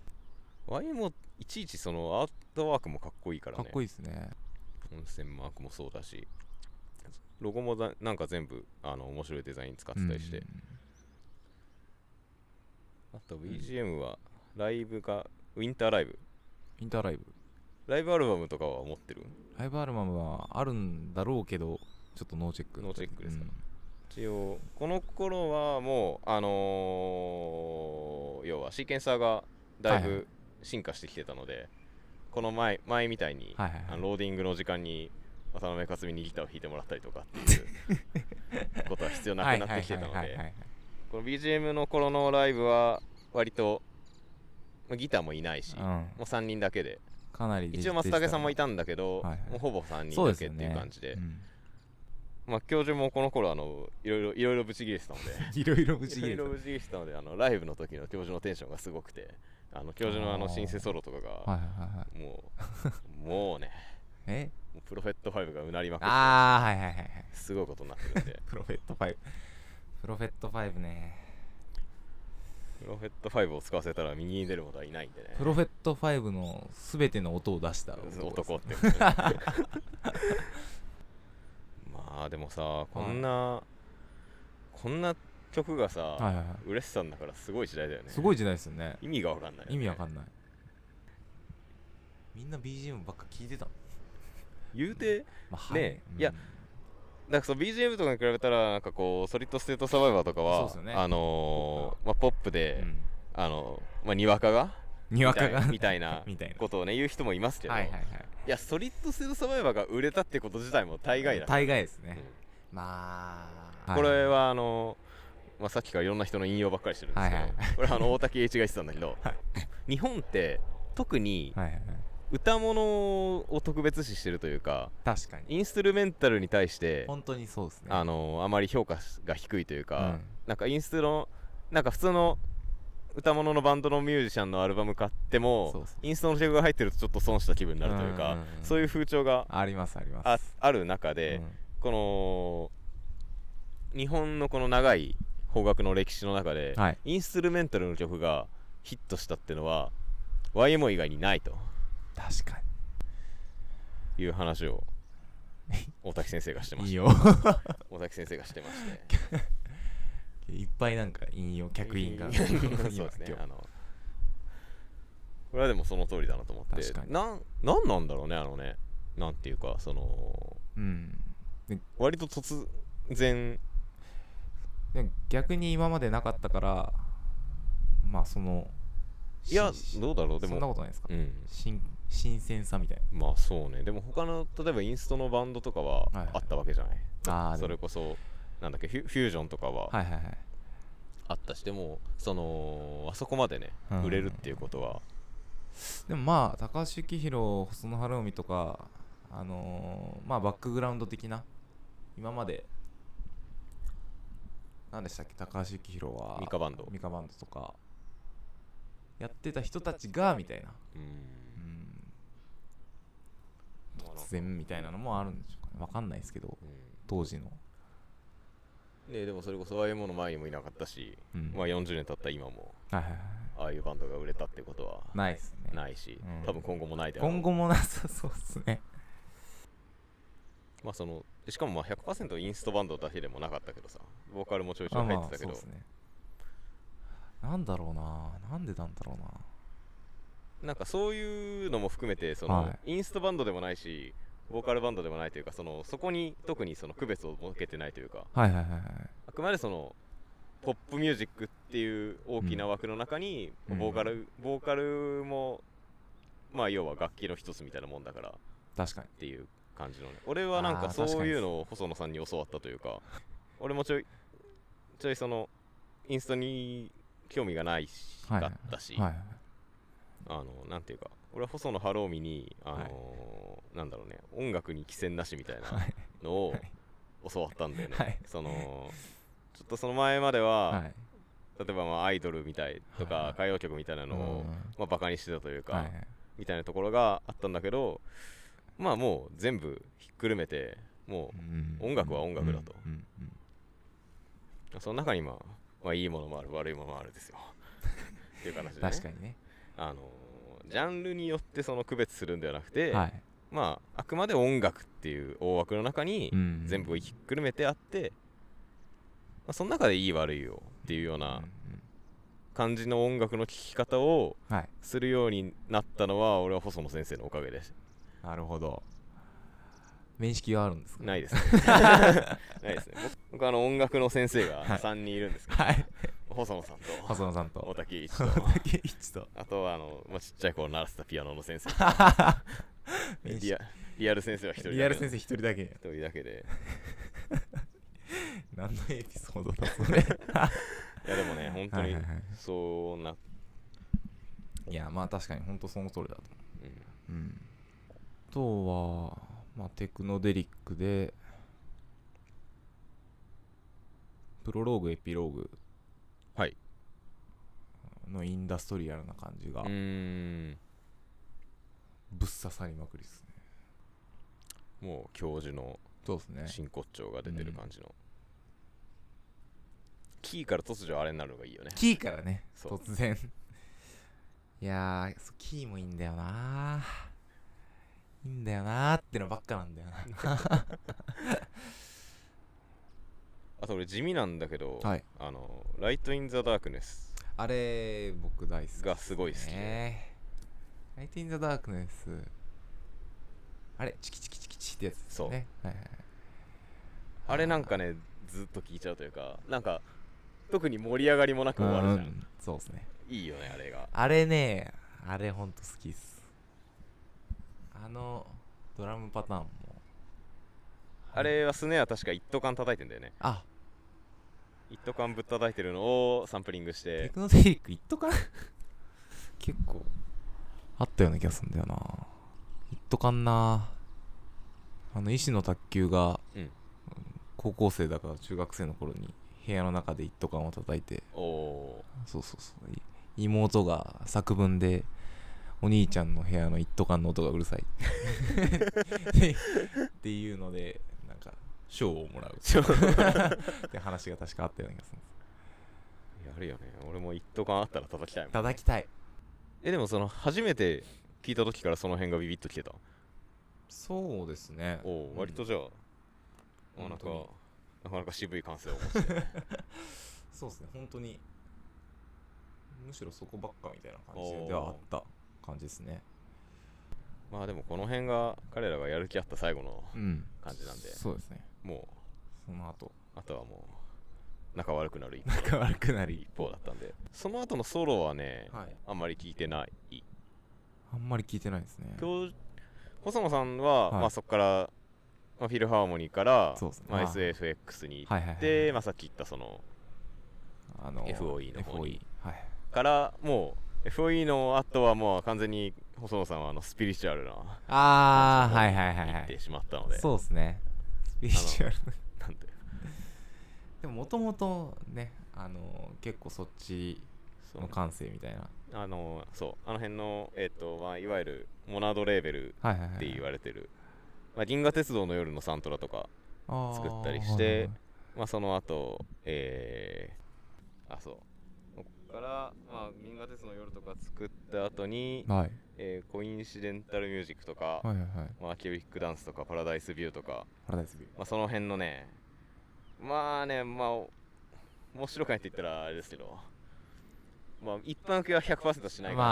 YM もいちいちそのアートワークもかっこいいからね。 かっこいいですね。 温泉マークもそうだし、ロゴもなんか全部面白いデザイン使ってたりして、あと BGM はライブがウィンターライブライブアルバムとかは持ってる？ ライブアルバムはあるんだろうけどちょっとノーチェックですか、一応この頃はもう要はシーケンサーがだいぶ進化してきてたので、この前みたいに、ローディングの時間に渡辺克実にギターを弾いてもらったりとかっていうことは必要なくなってきてたので、この BGM の頃のライブは割とギターもいないし、もう3人だけで、 かなり一応松竹さんもいたんだけど、もうほぼ3人だけっていう感じで、教授もこの頃いろいろブチギレてたのでいろいろブチギレてたので、ライブの時の教授のテンションがすごくて、教授のシンセソロとかがもうね、プロフェット5がうなりまくって、すごいことになってるんでプロフェット5ね。プロフェット5を使わせたら右に出ることはいないんでね。 プロフェット5の全ての音を出した男ってまあでもさ、こんな曲がさ、売れてたんだからすごい時代だよね。 すごい時代ですよね。 意味が分かんない、 意味わかんない。みんな BGM ばっか聞いてたの言うて、ね、いやなんかそう BGM とかに比べたらなんかこうソリッドステートサバイバーとかはポップで、にわかがみたいなことをね言う人もいますけど、いやソリッドステートサバイバーが売れたってこと自体も大概だ。 大概ですね。まあこれはさっきからいろんな人の引用ばっかりしてるんですけど、これは大竹栄一が言ってたんだけど、日本って特に歌物を特別視してるというか、 確かにインストゥルメンタルに対して本当にそうですね。 あまり評価が低いというか、なんかインストのなんか普通の歌物のバンドのミュージシャンのアルバム買ってもインストの曲が入ってるとちょっと損した気分になるというか、そういう風潮がありますある中で、この日本のこの長い邦楽の歴史の中で、インストゥルメンタルの曲がヒットしたっていうのは YMO 以外にないと確かにいう話を大滝先生がしてました。 いいよ大滝先生がしてましていっぱいなんか引用客員がそうですね。これはでもその通りだなと思って、なんなんだろうね、なんていうか割と突然逆に今までなかったから、まあいやどうだろう、でもそんなことないですか、新鮮さみたいな。 まあそうね。でも他の例えばインストのバンドとかはあったわけじゃない。それこそなんだっけフュージョンとかはあったし、でもあそこまでね売れるっていうことは、 でもまあ高橋幸宏、細野晴臣とかまあバックグラウンド的な、今まで何でしたっけ、高橋幸宏はミカバンドとかやってた人たちがみたいな、突然みたいなのもあるんでしょうかね。分かんないですけど、当時のね。でもそれこそ YMO の前にもいなかったし、まあ40年経った今もああいうバンドが売れたってことはないですね。 ないし、多分今後もないだろう。 今後もなさそうですね。 まあしかもまあ 100% インストバンドだけでもなかったけどさ、ボーカルもちょいちょい入ってたけど、 なんだろうな、なんでなんだろうな。 なんかそういうのも含めてインストバンドでもないしボーカルバンドでもないというか、そこに特に区別を設けてないというか、あくまでポップミュージックっていう大きな枠の中に、ボーカルもまあ要は楽器の一つみたいなもんだから、 確かにっていう感じのね。俺はなんかそういうのを細野さんに教わったというか、俺もちょいインストに興味がないかったし、なんていうか、俺は細野晴臣になんだろうね、音楽に寄せなしみたいなのを教わったんだよね。ちょっとその前までは、例えばまあアイドルみたいとか歌謡曲みたいなのをまあバカにしてたというか、みたいなところがあったんだけど、まあもう全部ひっくるめて、もう音楽は音楽だと。その中にまあいいものもある、悪いものもあるですよっていう形でね。 確かにね。 ジャンルによって区別するんではなくて、まああくまで音楽っていう大枠の中に全部ひっくるめてあって、まあ、その中でいい悪いをっていうような感じの音楽の聴き方をするようになったのは、俺は細野先生のおかげです。 なるほど。面識があるんですか？ ないですねないですね。僕音楽の先生が3人いるんですけど、 細野さんと細野さんと大竹一と大竹一とあとはちっちゃい頃習ってたピアノの先生リアル先生は一人だけ。 リアル先生一人だけ。 一人だけで何のエピソードだそれ。いやでもね本当にそうな、 いやまあ確かに本当その通りだと思う。うん。あとはまあテクノデリックでプロローグエピローグはいのインダストリアルな感じがぶっ刺さりまくりですね。もう教授の真骨頂が出てる感じの、キーから突如あれになるのがいいよね。 キーからね突然いやーキーもいいんだよないいんだよなーってのばっかなんだよな。 あと俺地味なんだけど、 はい、 ライト・イン・ザ・ダークネスあれ僕大好き、ね、 がすごい好きで、 ライト・イン・ザ・ダークネスあれチキチキチキチってやつですね。 そう、 はいはい、 あれなんかねずっと聴いちゃうというか、なんか特に盛り上がりもなく終わるじゃん。 そうですね、 いいよねあれが。 あれね、あれほんと好きっす。ドラムパターンもあれはスネア確か一斗缶叩いてんだよね。 あ、 一斗缶ぶった叩いてるのをサンプリングして。 テクノデリック一斗缶結構あったような気がするんだよな。一斗缶な、石野卓球が、高校生だから中学生の頃に部屋の中で一斗缶を叩いて、そう妹が作文でお兄ちゃんの部屋の一斗缶の音がうるさいっていうのでなんか賞をもらうって話が確かあったような気がするんです。 やるよね。俺も一斗缶あったら叩きたいもん。 叩きたい。 でも初めて聞いた時からその辺がビビッときてた。 そうですね。 割とじゃあ、なかなか渋い感性を持って。 そうですね、本当にむしろそこばっかみたいな感じではあった感じですね。 まあでもこの辺が彼らがやる気あった最後の感じなんで、 そうですね。 もうその後あとはもう仲悪くなる一方だったんで、その後のソロはね、あんまり聞いてない。 あんまり聞いてないですね。 細野さんは、まあそこから、フィルハーモニーから、SFX に行って、さっき言ったその FOE の方にからもう FOE の後はもう完全に細野さんはスピリチュアルな行ってしまったので、 そうですね、スピリチュアルなんででももともとね結構そっちの感性みたいな、 そうあの辺のいわゆるモナードレーベルって言われてる、銀河鉄道の夜のサントラとか作ったりして、その後そうここから、銀河鉄道の夜とか作った後に、コインシデンタルミュージックとか、アキュビックダンスとかパラダイスビューとか、その辺のね、面白くないって言ったらあれですけど、一般受けは 100% しないから、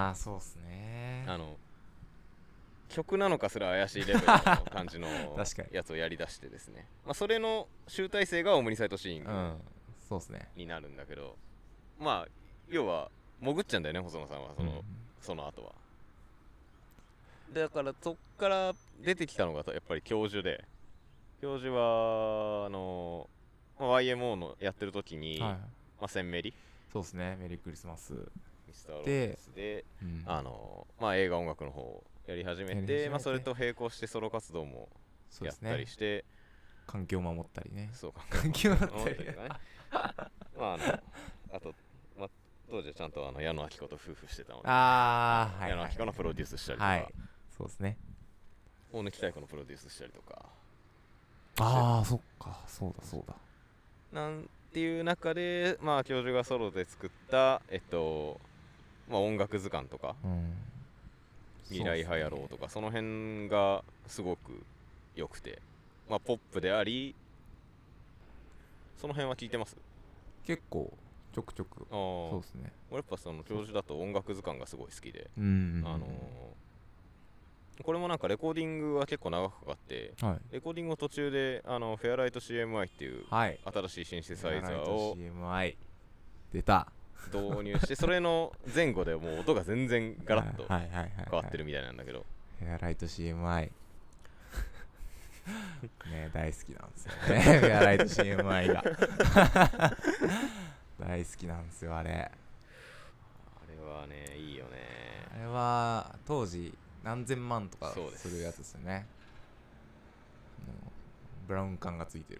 ね、 そうっすね、 曲なのかすら怪しいレベルの感じのやつをやりだしてですねそれの集大成がオムニサイトシーイングになるんだけど、要は潜っちゃうんだよね細野さんはその後は。だからそっから出てきたのがやっぱり教授で、教授はYMO のやってる時に、センメリ、 そうですね、メリークリスマスミスターロースで、映画音楽の方をやり始めて、それと並行してソロ活動もやったりして、 環境を守ったりね。 そう環境を守ったりとかねあと、当時はちゃんと矢野明子と夫婦してたので、矢野明子のプロデュースしたりとか、 そうですね、 大貫妙子のプロデュースしたりとか、 そっか、そうだなんていう中で、教授がソロで作った音楽図鑑とか、未来派野郎とか、その辺がすごく良くて、ポップであり、その辺は聞いてます？ 結構ちょくちょく。そうですね。 俺やっぱその教授だと音楽図鑑がすごい好きで、これもなんかレコーディングは結構長くかかって、レコーディングの途中でフェアライト CMI っていう新しいシンセサイザーを出た導入してそれの前後でもう音が全然ガラッと変わってるみたいなんだけど、 ヘアライト CMI ね、大好きなんですよねヘアライト CMI が大好きなんですよあれ。 あれはねいいよね。 あれは当時何千万とかするやつですよね。ブラウン管がついてる。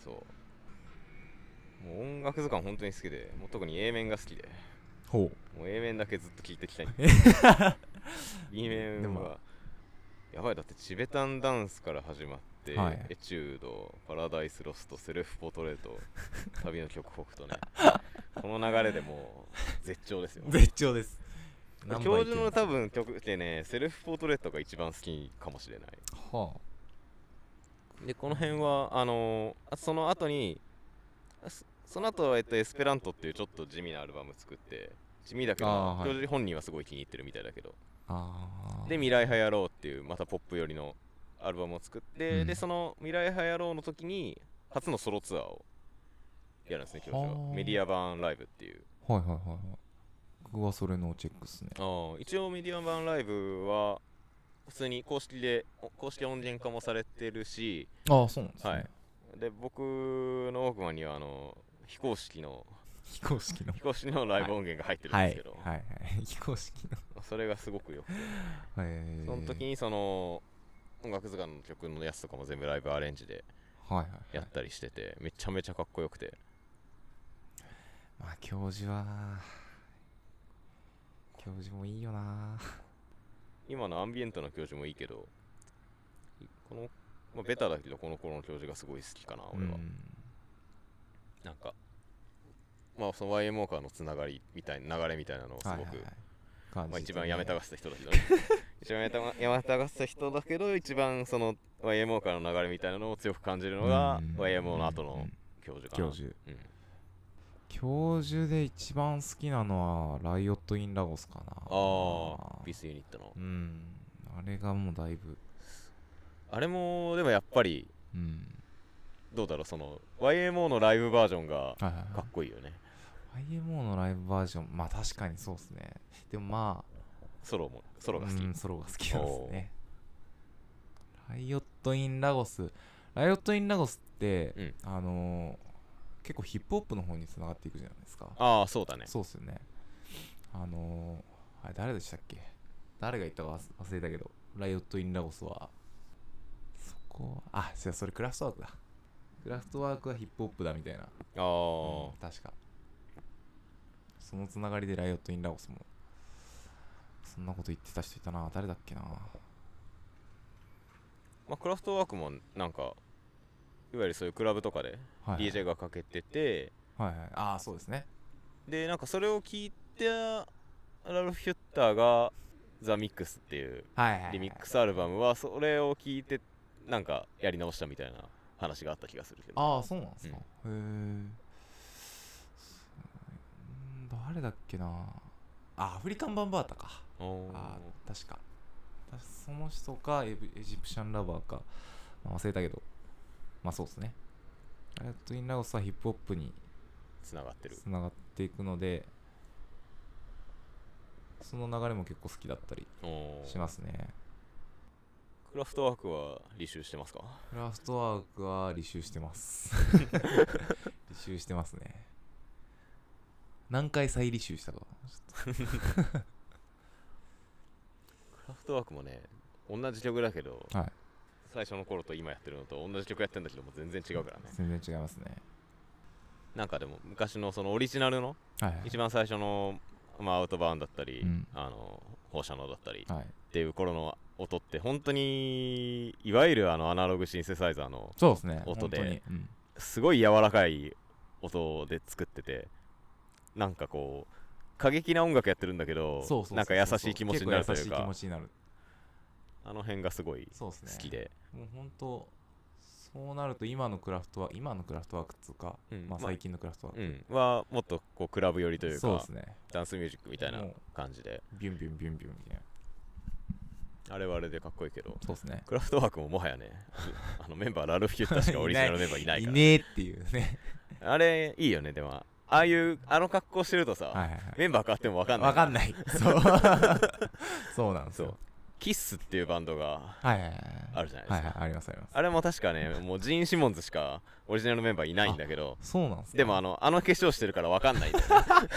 そうもう音楽図鑑本当に好きで、もう特に A 面が好きで、 ほうもう A 面だけずっと聴いてきたいB 面はやばい。だってチベタンダンスから始まって、はい、エチュード、パラダイスロスト、セルフポートレート、旅の極北とねこの流れでもう絶頂ですよ絶頂です。 教授の多分曲ってね、セルフポートレートが一番好きかもしれない。はあ、でこの辺はその後にその後エスペラントっていうちょっと地味なアルバム作って、地味だけど、教授本人はすごい気に入ってるみたいだけど、で未来派野郎っていうまたポップ寄りのアルバムを作って、でその未来派野郎の時に初のソロツアーをやるんですね、教授は。メディア版ライブっていう。 はいはいはいはい。僕はそれのチェックっすね。 一応メディア版ライブは普通に公式音源化もされてるし、 そうなんですね。 はい、で僕のウォークマンには非公式のライブ音源が入ってるんですけど、 はいはいはい、非公式のそれがすごくよくて、その時にその音楽図鑑の曲のやつとかも全部ライブアレンジでやったりしてて、めちゃめちゃかっこよくて、 まあ教授もいいよな。 今のアンビエントの教授もいいけど、ベタだけどこの頃の教授がすごい好きかな俺は。なんかその YMO からのつながりみたいな流れみたいなのをすごく、一番やめたがってた人だけど、ね、一番やめたがってた人だけど一番その YMO からの流れみたいなのを強く感じるのが YMO の後の教授かな。 教授で一番好きなのはライオット・イン・ラゴスかな。 ピースユニットの。 あれがもうだいぶ。 あれもでもやっぱり、どうだろう、その YMO のライブバージョンがかっこいいよね。 YMO のライブバージョン、まあ確かにそうですね。でもまあソロが好き。 ソロが好きなんですね。ライオット・イン・ラゴスって、結構ヒップホップの方に繋がっていくじゃないですか。 そうだね。 そうっすよね。あれ誰でしたっけ？誰が言ったか忘れたけど、ライオット・イン・ラゴスはそれクラフトワークだ。クラフトワークはヒップホップだみたいな。確かそのつながりでライオット・イン・ラゴスもそんなこと言ってた人いたな。誰だっけな。 クラフトワークもなんかいわゆるそういうクラブとかで DJ がかけてて、 そうですね。 でなんかそれを聞いてラルフ・ヒュッターがザ・ミックスっていうリミックスアルバムはそれを聞いてなんかやり直したみたいな話があった気がするけど。 そうなんですか。へえ。誰だっけな。アフリカン・バンバータか。確かその人かエジプシャン・ラバーか、忘れたけど、そうですね。ライオット・イン・ラゴスはヒップホップにつながっていくので、その流れも結構好きだったりしますね。 クラフトワークは履修してますか？ クラフトワークは履修してます履修してますね。何回再履修したかクラフトワークもね、同じ曲だけど、最初の頃と今やってるのと同じ曲やってるんだけども全然違うからね。 全然違いますね。 なんかでも昔のそのオリジナルの、一番最初の、アウトバーンだったり、放射能だったり、っていう頃の音って本当にいわゆるアナログシンセサイザーの音で、すごい柔らかい音で作ってて、なんかこう過激な音楽やってるんだけど、なんか優しい気持ちになるというか、あの辺がすごい好きで、 もう本当そうなると今のクラフトワークっつうか、最近のクラフトワークはもっとこうクラブ寄りというか、 そうですね、 ダンスミュージックみたいな感じでビュンビュンビュンビュンみたいな、あれはあれでかっこいいけど、 そうですね。 クラフトワークももはやねメンバーラルフ・ヒュッタしかオリジナルメンバーいないからいねえっていうねあれいいよね。でもああいう格好してるとさ、 はいはいはい、 メンバー変わっても分かんない分かんないそうそうなんですよ。 キッスっていうバンドがあるじゃないですか。 はいはい、ありますあります。 あれも確かね、もうジーン・シモンズしかオリジナルメンバーいないんだけど、 そうなんすね。 でも化粧してるから分かんないんだよね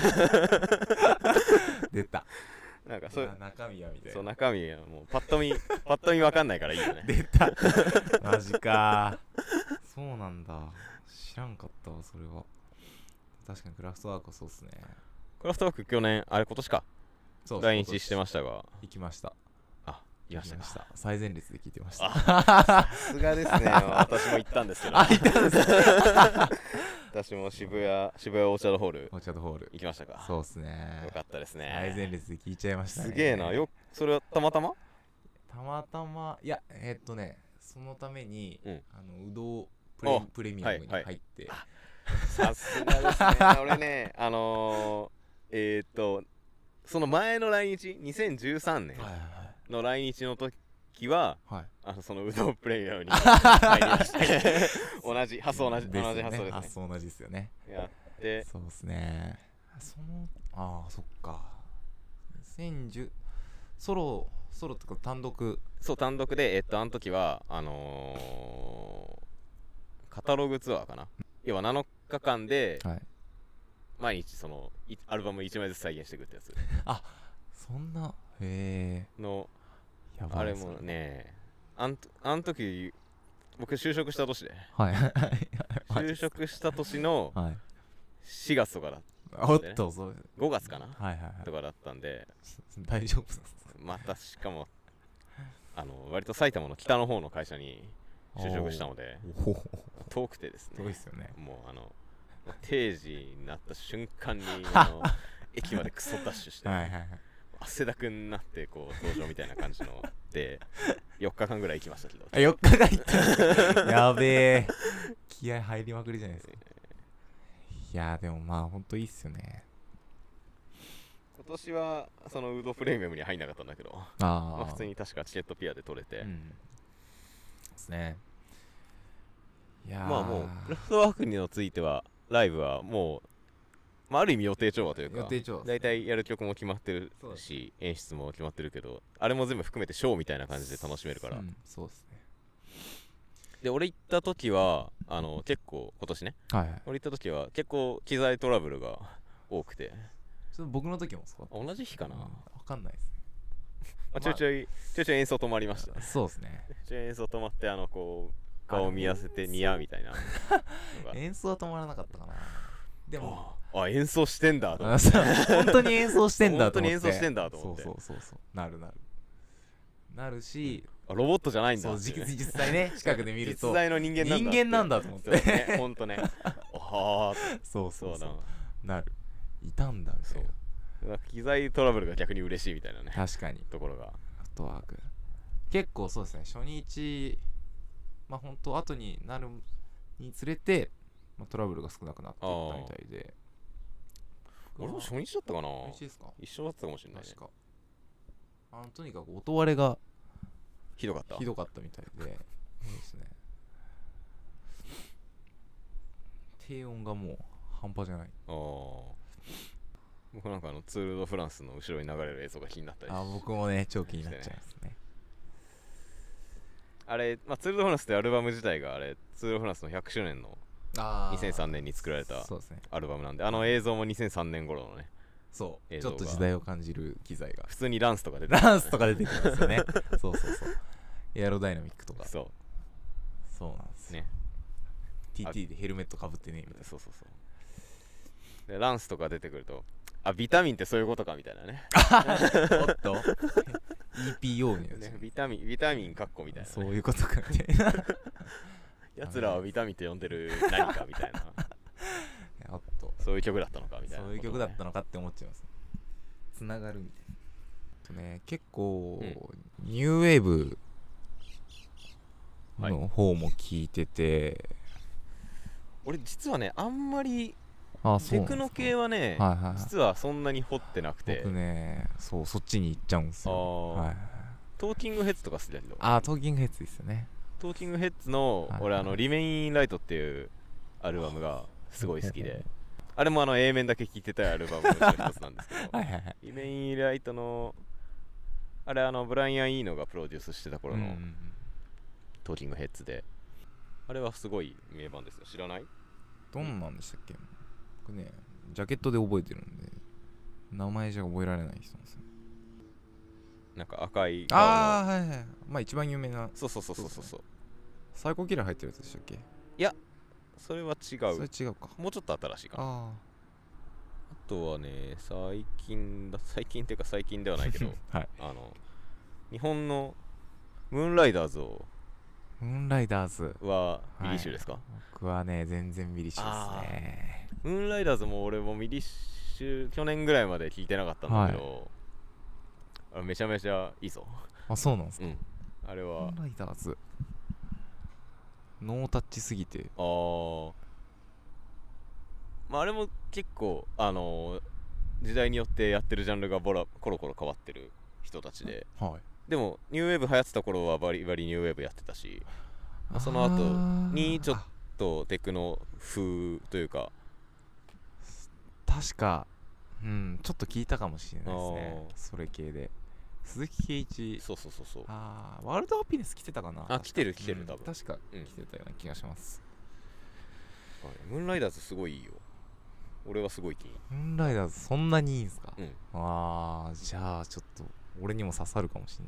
出た。 なんかそう中身はみたいな。 そう、中身はもうパッと見分かんないからいいよね出たマジか。そうなんだ、知らんかったわそれは。確かにクラフトワークはそうっすね。 クラフトワーク今年か、 そう来日してましたが。 行きました。 行きました。 最前列で聞いてました。 さすがですね私も行ったんですけど。 行ったんです私も渋谷オーチャードホール行きましたか。 そうっすね。 よかったですね。 最前列で聞いちゃいましたね。 すげえな。それはたまたまいやそのために、うどんプレミアムに入って、 さすがですね俺ねその前の来日2013年の来日の時は、そのうどんプレミアムに入りまして同じ発想ですね。 発想同じですよね。 やってそうですね。そっか。2010ソロとか単独であの時はカタログツアーかな。要は7日間で、毎日そのアルバム1枚ずつ再現していくってやつ。 そんなのやばいあれもね、あん時僕就職した年で、就職した年の4月とかだったんで、ね、5月かな、とかだったんで大丈夫です。 またしかも割と埼玉の北の方の会社に就職したので遠くてですね。 遠いですよね。 もう定時になった瞬間に駅までクソダッシュして汗だくになってこう登場みたいな感じので4日間ぐらい行きましたけど。 4日間行ったやべえ、気合入りまくりじゃないですか。いやでもまあほんといいっすよね。 今年はそのウドプレミアムに入んなかったんだけど、普通に確かチケットピアで取れて、 ですね。いやもうクラフトワークについてはライブはもう、ある意味予定調和というか、大体やる曲も決まってるし演出も決まってるけど、あれも全部含めてショーみたいな感じで楽しめるから、 そうですね。 で俺行った時は結構今年ね、俺行った時は結構機材トラブルが多くて。 僕の時もですか？ 同じ日かな、 分かんないですね。 ちょいちょい演奏止まりましたね。 そうですね。 演奏止まってこう顔見合わせてニヤみたいな演奏は止まらなかったかな。でも演奏してんだと思って本当に演奏してんだと思って。そうなるし、 ロボットじゃないんだ。 実際ね近くで見ると実在の人間なんだと思って本当ね。 そうなる、いたんだみたいな。機材トラブルが逆に嬉しいみたいなね。 確かに。 ところがフットワーク結構そうですね。初日本当後になるにつれてトラブルが少なくなっていったみたいで。 俺も初日だったかな。 初日ですか？ 一緒だったかもしれないね。 確かとにかく音割れがひどかったみたいで。そうですね。低音がもう半端じゃない。 僕なんかツール・ド・フランスの後ろに流れる映像が気になったり僕もね超気になっちゃいますね。 あれ、ツール・ド・フランスってアルバム自体がツール・ド・フランスの100周年の2003年に作られたアルバムなんで、映像も2003年頃のね、 ちょっと時代を感じる機材が普通にランスとか出てくるんですよね。そうエアロダイナミックとか。そうなんですね。TT でヘルメットかぶってねみたいな。 でランスとか出てくると、ビタミンってそういうことかみたいなね。 おっとEPO にビタミンカッコみたいな、 そういうことかみたいな。 やつらはビタミンって呼んでる何かみたいな。そういう曲だったのかみたいな、 そういう曲だったのかって思っちゃいます。つながるみたいな。結構ニューウェーブの方も聞いてて、 俺実はねあんまりテクノ系はね、実はそんなに掘ってなくて、 僕ねそっちに行っちゃうんですよ。 トーキングヘッズとか好きだけど。 トーキングヘッズですよね。 トーキングヘッズの俺リメインライトっていうアルバムがすごい好きで、 あれもA 面だけ聴いてたアルバムの一つなんですけどはいはいはい。 イメインライトのあれブライアン・イーノがプロデュースしてた頃のトーキングヘッズで、あれはすごい名盤ですよ。知らない？ どんなんでしたっけ？僕ね、ジャケットで覚えてるんで名前じゃ覚えられない人なんですよ。 なんか赤い顔の、ああはいはい、まあ一番有名な、 そうサイコキラー入ってるやつでしたっけ？ いやそれは違う。 それ違うか。 もうちょっと新しいかな。 あとはね、最近っていうか最近ではないけど、 はい、 日本のムーンライダーズはミリッシュですか？はい、 僕はね全然ミリッシュですね。 ムーンライダーズも俺もミリッシュ去年ぐらいまで聞いてなかったんだけど、はい、めちゃめちゃいいぞ。 あ、そうなんですか？ あれはムーンライダーズノータッチすぎて、 まあ、あれも結構時代によってやってるジャンルがコロコロ変わってる人たちで、 はい、 でもニューウェーブ流行ってた頃はバリバリニューウェーブやってたし、その後にちょっとテクノ風というか、 確かちょっと聞いたかもしれないですね。それ系で鈴木圭一、 そうワールドハピネス来てたかな。 来てる多分確か来てたような気がします。 ムーンライダーズすごいいいよ。俺はすごい気に。 ムーンライダーズそんなにいいんすか？じゃあちょっと俺にも刺さるかもしんない。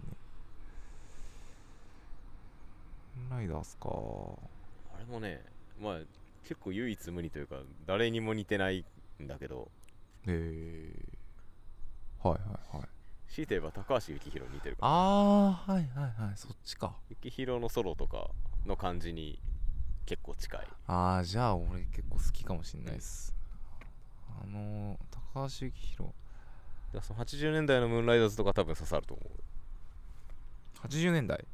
ムーンライダーズか。 あれもね、まあ結構唯一無二というか誰にも似てないんだけど、 はいはいはい。 強いて言えば高橋幸宏に似てるから、 はいはいはい、そっちか。 幸宏のソロとかの感じに結構近い。 じゃあ俺結構好きかもしんないです。高橋幸宏だその80年代のムーンライダーズとか多分刺さると思う。80年代、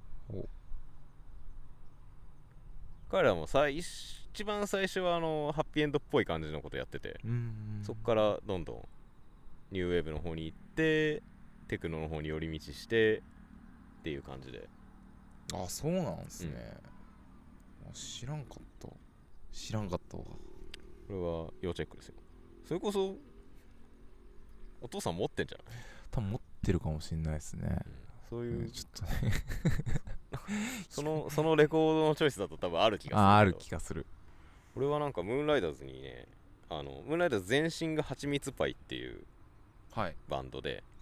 彼らも一番最初はハッピーエンドっぽい感じのことやってて、そこからどんどんニューウェーブの方に行ってテクノの方に寄り道してっていう感じで。 そうなんですね、知らんかったわ。これは要チェックですよ。それこそお父さん持ってんじゃない？ 多分持ってるかもしれないですね、 そういう、 ちょっとねそのレコードのチョイスだと多分ある気がする。 ある気がする。 俺はなんかムーンライダーズにね、ムーンライダーズ前身がはちみつパイっていうバンドで、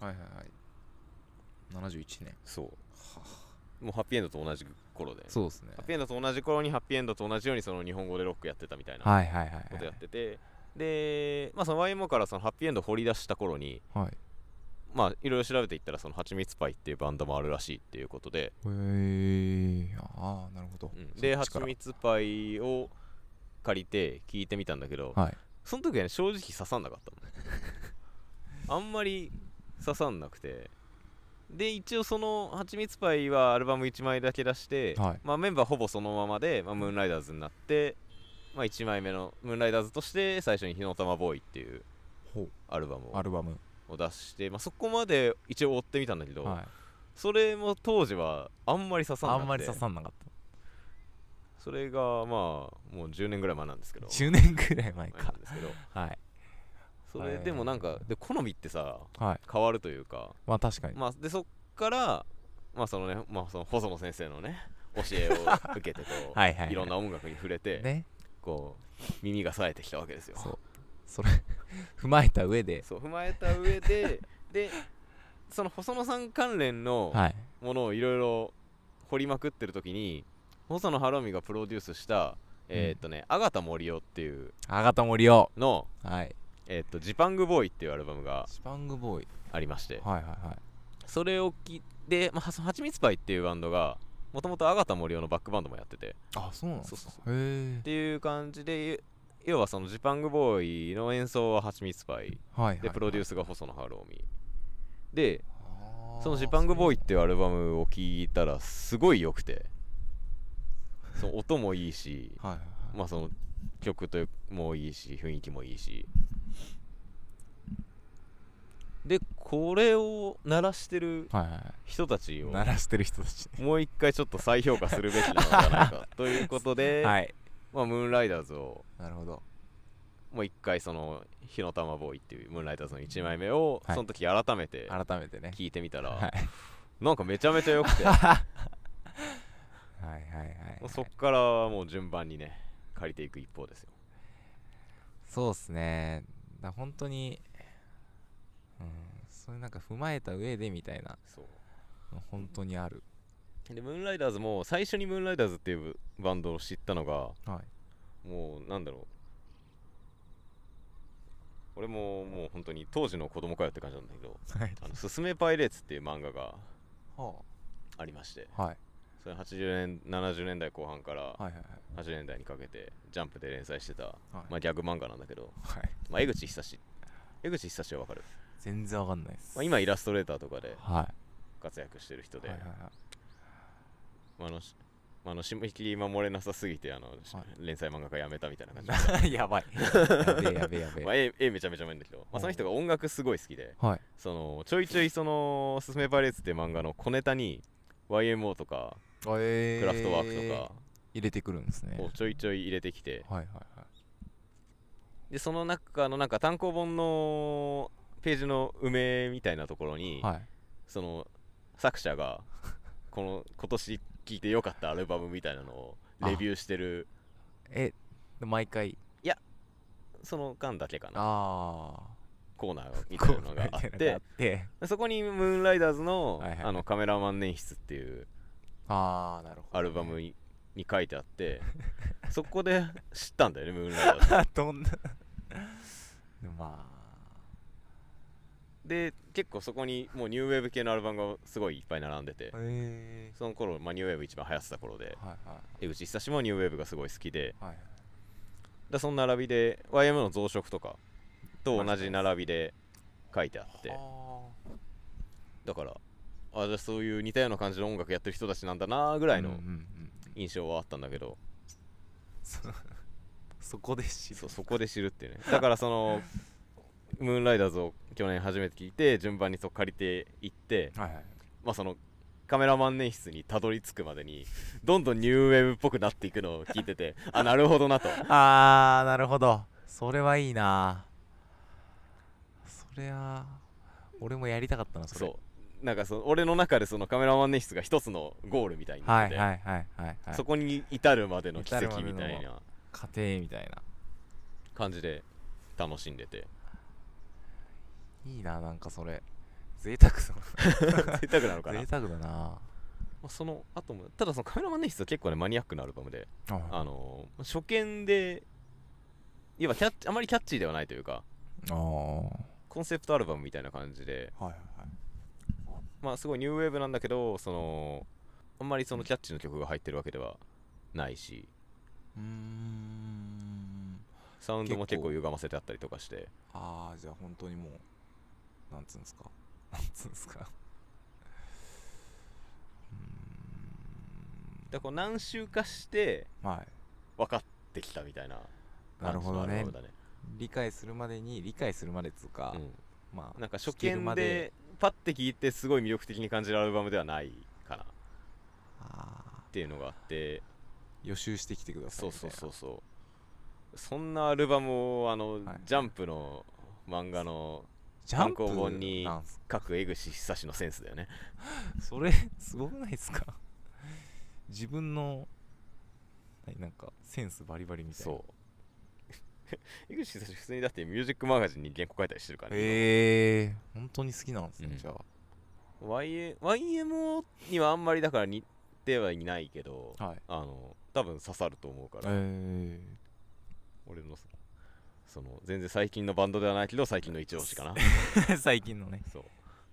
71年、 そうもうハッピーエンドと同じ頃で、 そうですね。 ハッピーエンドと同じ頃にハッピーエンドと同じようにその日本語でロックやってたみたいなことやってて、でその YMO からそのハッピーエンドを掘り出した頃に、いろいろ調べていったらそのはちみつパイっていうバンドもあるらしいっていうことで、 なるほど。 ではちみつパイを借りて聞いてみたんだけど、その時はね正直刺さんなかったのあんまり刺さんなくて、で一応そのはちみつパイはアルバム1枚だけ出して、メンバーほぼそのままで、ムーンライダーズになって、1枚目のムーンライダーズとして最初に火の玉ボーイっていうアルバムを出して、そこまで一応追ってみたんだけど、それも当時はあんまり刺さんなくて、それがもう10年ぐらい前なんですけど、 10年ぐらい前かなんですけど、それでもなんかで好みってさ、変わるというか、 確かに、 でそっからその細野先生のね教えを受けてこういろんな音楽に触れて、こう耳が冴えてきたわけですよ。 それ踏まえた上ででその細野さん関連のものをいろいろ掘りまくってる時に、細野晴臣がプロデュースした阿形森生っていうのジパングボーイっていうアルバムがありまして、それを聴いて、はちみつパイっていうバンドがもともと阿形森生のバックバンドもやってて、 そうなんですか。 っていう感じで、要はそのジパングボーイの演奏ははちみつパイで、プロデュースが細野晴臣で、そのジパングボーイっていうアルバムを聴いたらすごい良くて、その音もいいし、その曲もいいし雰囲気もいいしで、これを鳴らしてる人たちをもう一回ちょっと再評価するべきなのではないかということで、ムーンライダーズをもう一回その火の玉ボーイっていうムーンライダーズの1枚目を、その時改めてね聞いてみたら、 はい、 なんかめちゃめちゃ良くてはいはい、 そっからもう順番にね借りていく一方ですよ。 そうっすね。本当に、それなんか踏まえた上でみたいな、 そう本当にある。 でムーンライダーズも最初にムーンライダーズっていうバンドを知ったのが、 はい、もうなんだろう、俺ももう本当に当時の子供かよって感じなんだけど、 はい、 すすめパイレーツっていう漫画がありまして、 はい、 それ80年70年代後半から 80 年代にかけてジャンプで連載してた、 はい、 まあ、ギャグ漫画なんだけど、 はい、 まあ、江口久志はわかる？ 全然わかんないです、 まあ、今イラストレーターとかではい、 活躍してる人で、 はいはいはい、 締め切り守れなさすぎて連載漫画家辞めたみたいな感じでやばいやべえまあ、絵めちゃめちゃうまいんだけど、まあ、その人が音楽すごい好きで、 はい、 そのちょいちょいその「すすめパイレーツ」っていう漫画の小ネタに YMO とか、クラフトワークとか入れてくるんですね。 ちょいちょい入れてきて、 はいはいはい、 でその中のなんか単行本のページの埋めみたいなところに、 はい、 その作者が今年聴いてよかったアルバムみたいなのをレビューしてる。 毎回？ いやその間だけかな、コーナーみたいなのがあってそこにムーンライダーズの、カメラマン年筆っていうなるほど、 アルバムに書いてあってそこで知ったんだよねムーンライダーズどんなまあで結構そこにもうニューウェーブ系のアルバムがすごいいっぱい並んでて、その頃、まあ、ニューウェーブ一番流行ってた頃で、江口久志もニューウェーブがすごい好きで、でその並びで YM の増殖とかと同じ並びで書いてあって、だからそういう似たような感じの音楽やってる人たちなんだなぐらいの印象はあったんだけど、 そこで知るっていうね。だからそのムーンライダーズを去年初めて聞いて順番に借りていって、まあそのカメラマン年筆にたどり着くまでにどんどんニューウェーブっぽくなっていくのを聞いててなるほどなとなるほど、それはいいな。それは俺もやりたかったな。 そうなんか俺の中でそのカメラマン年筆が一つのゴールみたいになってて、そこに至るまでの奇跡みたいな過程みたいな感じで楽しんでていいな。なんかそれ贅沢なのかな。 贅沢だな。 その後もただそのカメラマン年筆は結構ねマニアックなアルバムで、初見でいわばあまりキャッチーではないというか、コンセプトアルバムみたいな感じで、まあすごいニューウェーブなんだけど、あんまりそのキャッチーな曲が入ってるわけではないし、サウンドも結構歪ませてあったりとかして、 じゃあ本当にもうなんつうんですかだから何周かして分かってきたみたいな感じのアルバムだね。 理解するまでっつうか、 まあなんか初見でパッて聞いてすごい魅力的に感じるアルバムではないかなっていうのがあって、 予習してきてくださいみたいな。 そうそんなアルバムをジャンプの漫画の単行本に書く江口久志のセンスだよねそれすごくないですか自分のなんかセンスバリバリみたいな。 そう江口久志普通にだってミュージックマガジンに原稿書いたりしてるからね。 本当に好きなんですね、じゃあ。 YMO にはあんまりだから似てはいないけど、多分刺さると思うから、俺の全然最近のバンドではないけど最近の一押しかな最近のね。 そう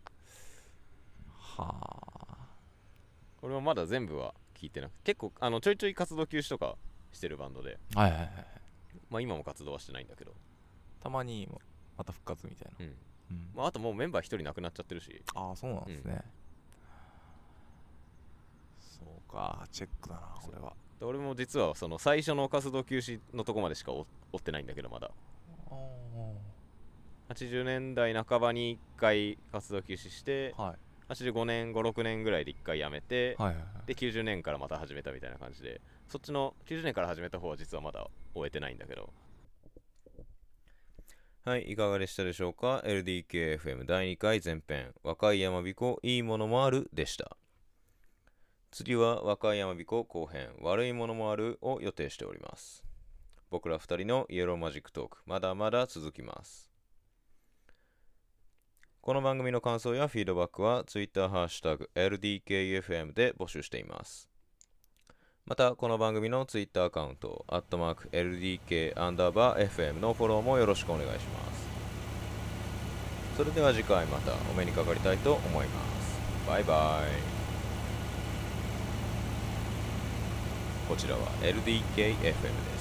俺もまだ全部は聞いてなくて、結構ちょいちょい活動休止とかしてるバンドで、まあ今も活動はしてないんだけど、 たまにまた復活みたいな。 まあ、あともうメンバー一人亡くなっちゃってるし。 そうなんですね。そうか、チェックだなこれは。 俺も実はその最初の活動休止のとこまでしか追ってないんだけど、まだ80年代半ばに1回活動休止して、85年56年ぐらいで1回やめて、で90年からまた始めたみたいな感じで、そっちの90年から始めた方は実はまだ終えてないんだけど、 はい、いかがでしたでしょうか。 LDKFM 第2回前編、若い山彦いいものもあるでした。次は若い山彦後編、悪いものもあるを予定しております。僕ら2人のイエローマジックトーク、まだまだ続きます。この番組の感想やフィードバックは Twitter ハッシュタグ LDKFM で募集しています。また、この番組の Twitter アカウント、@LDK_FM のフォローもよろしくお願いします。それでは次回またお目にかかりたいと思います。バイバイ。こちらは LDKFM です。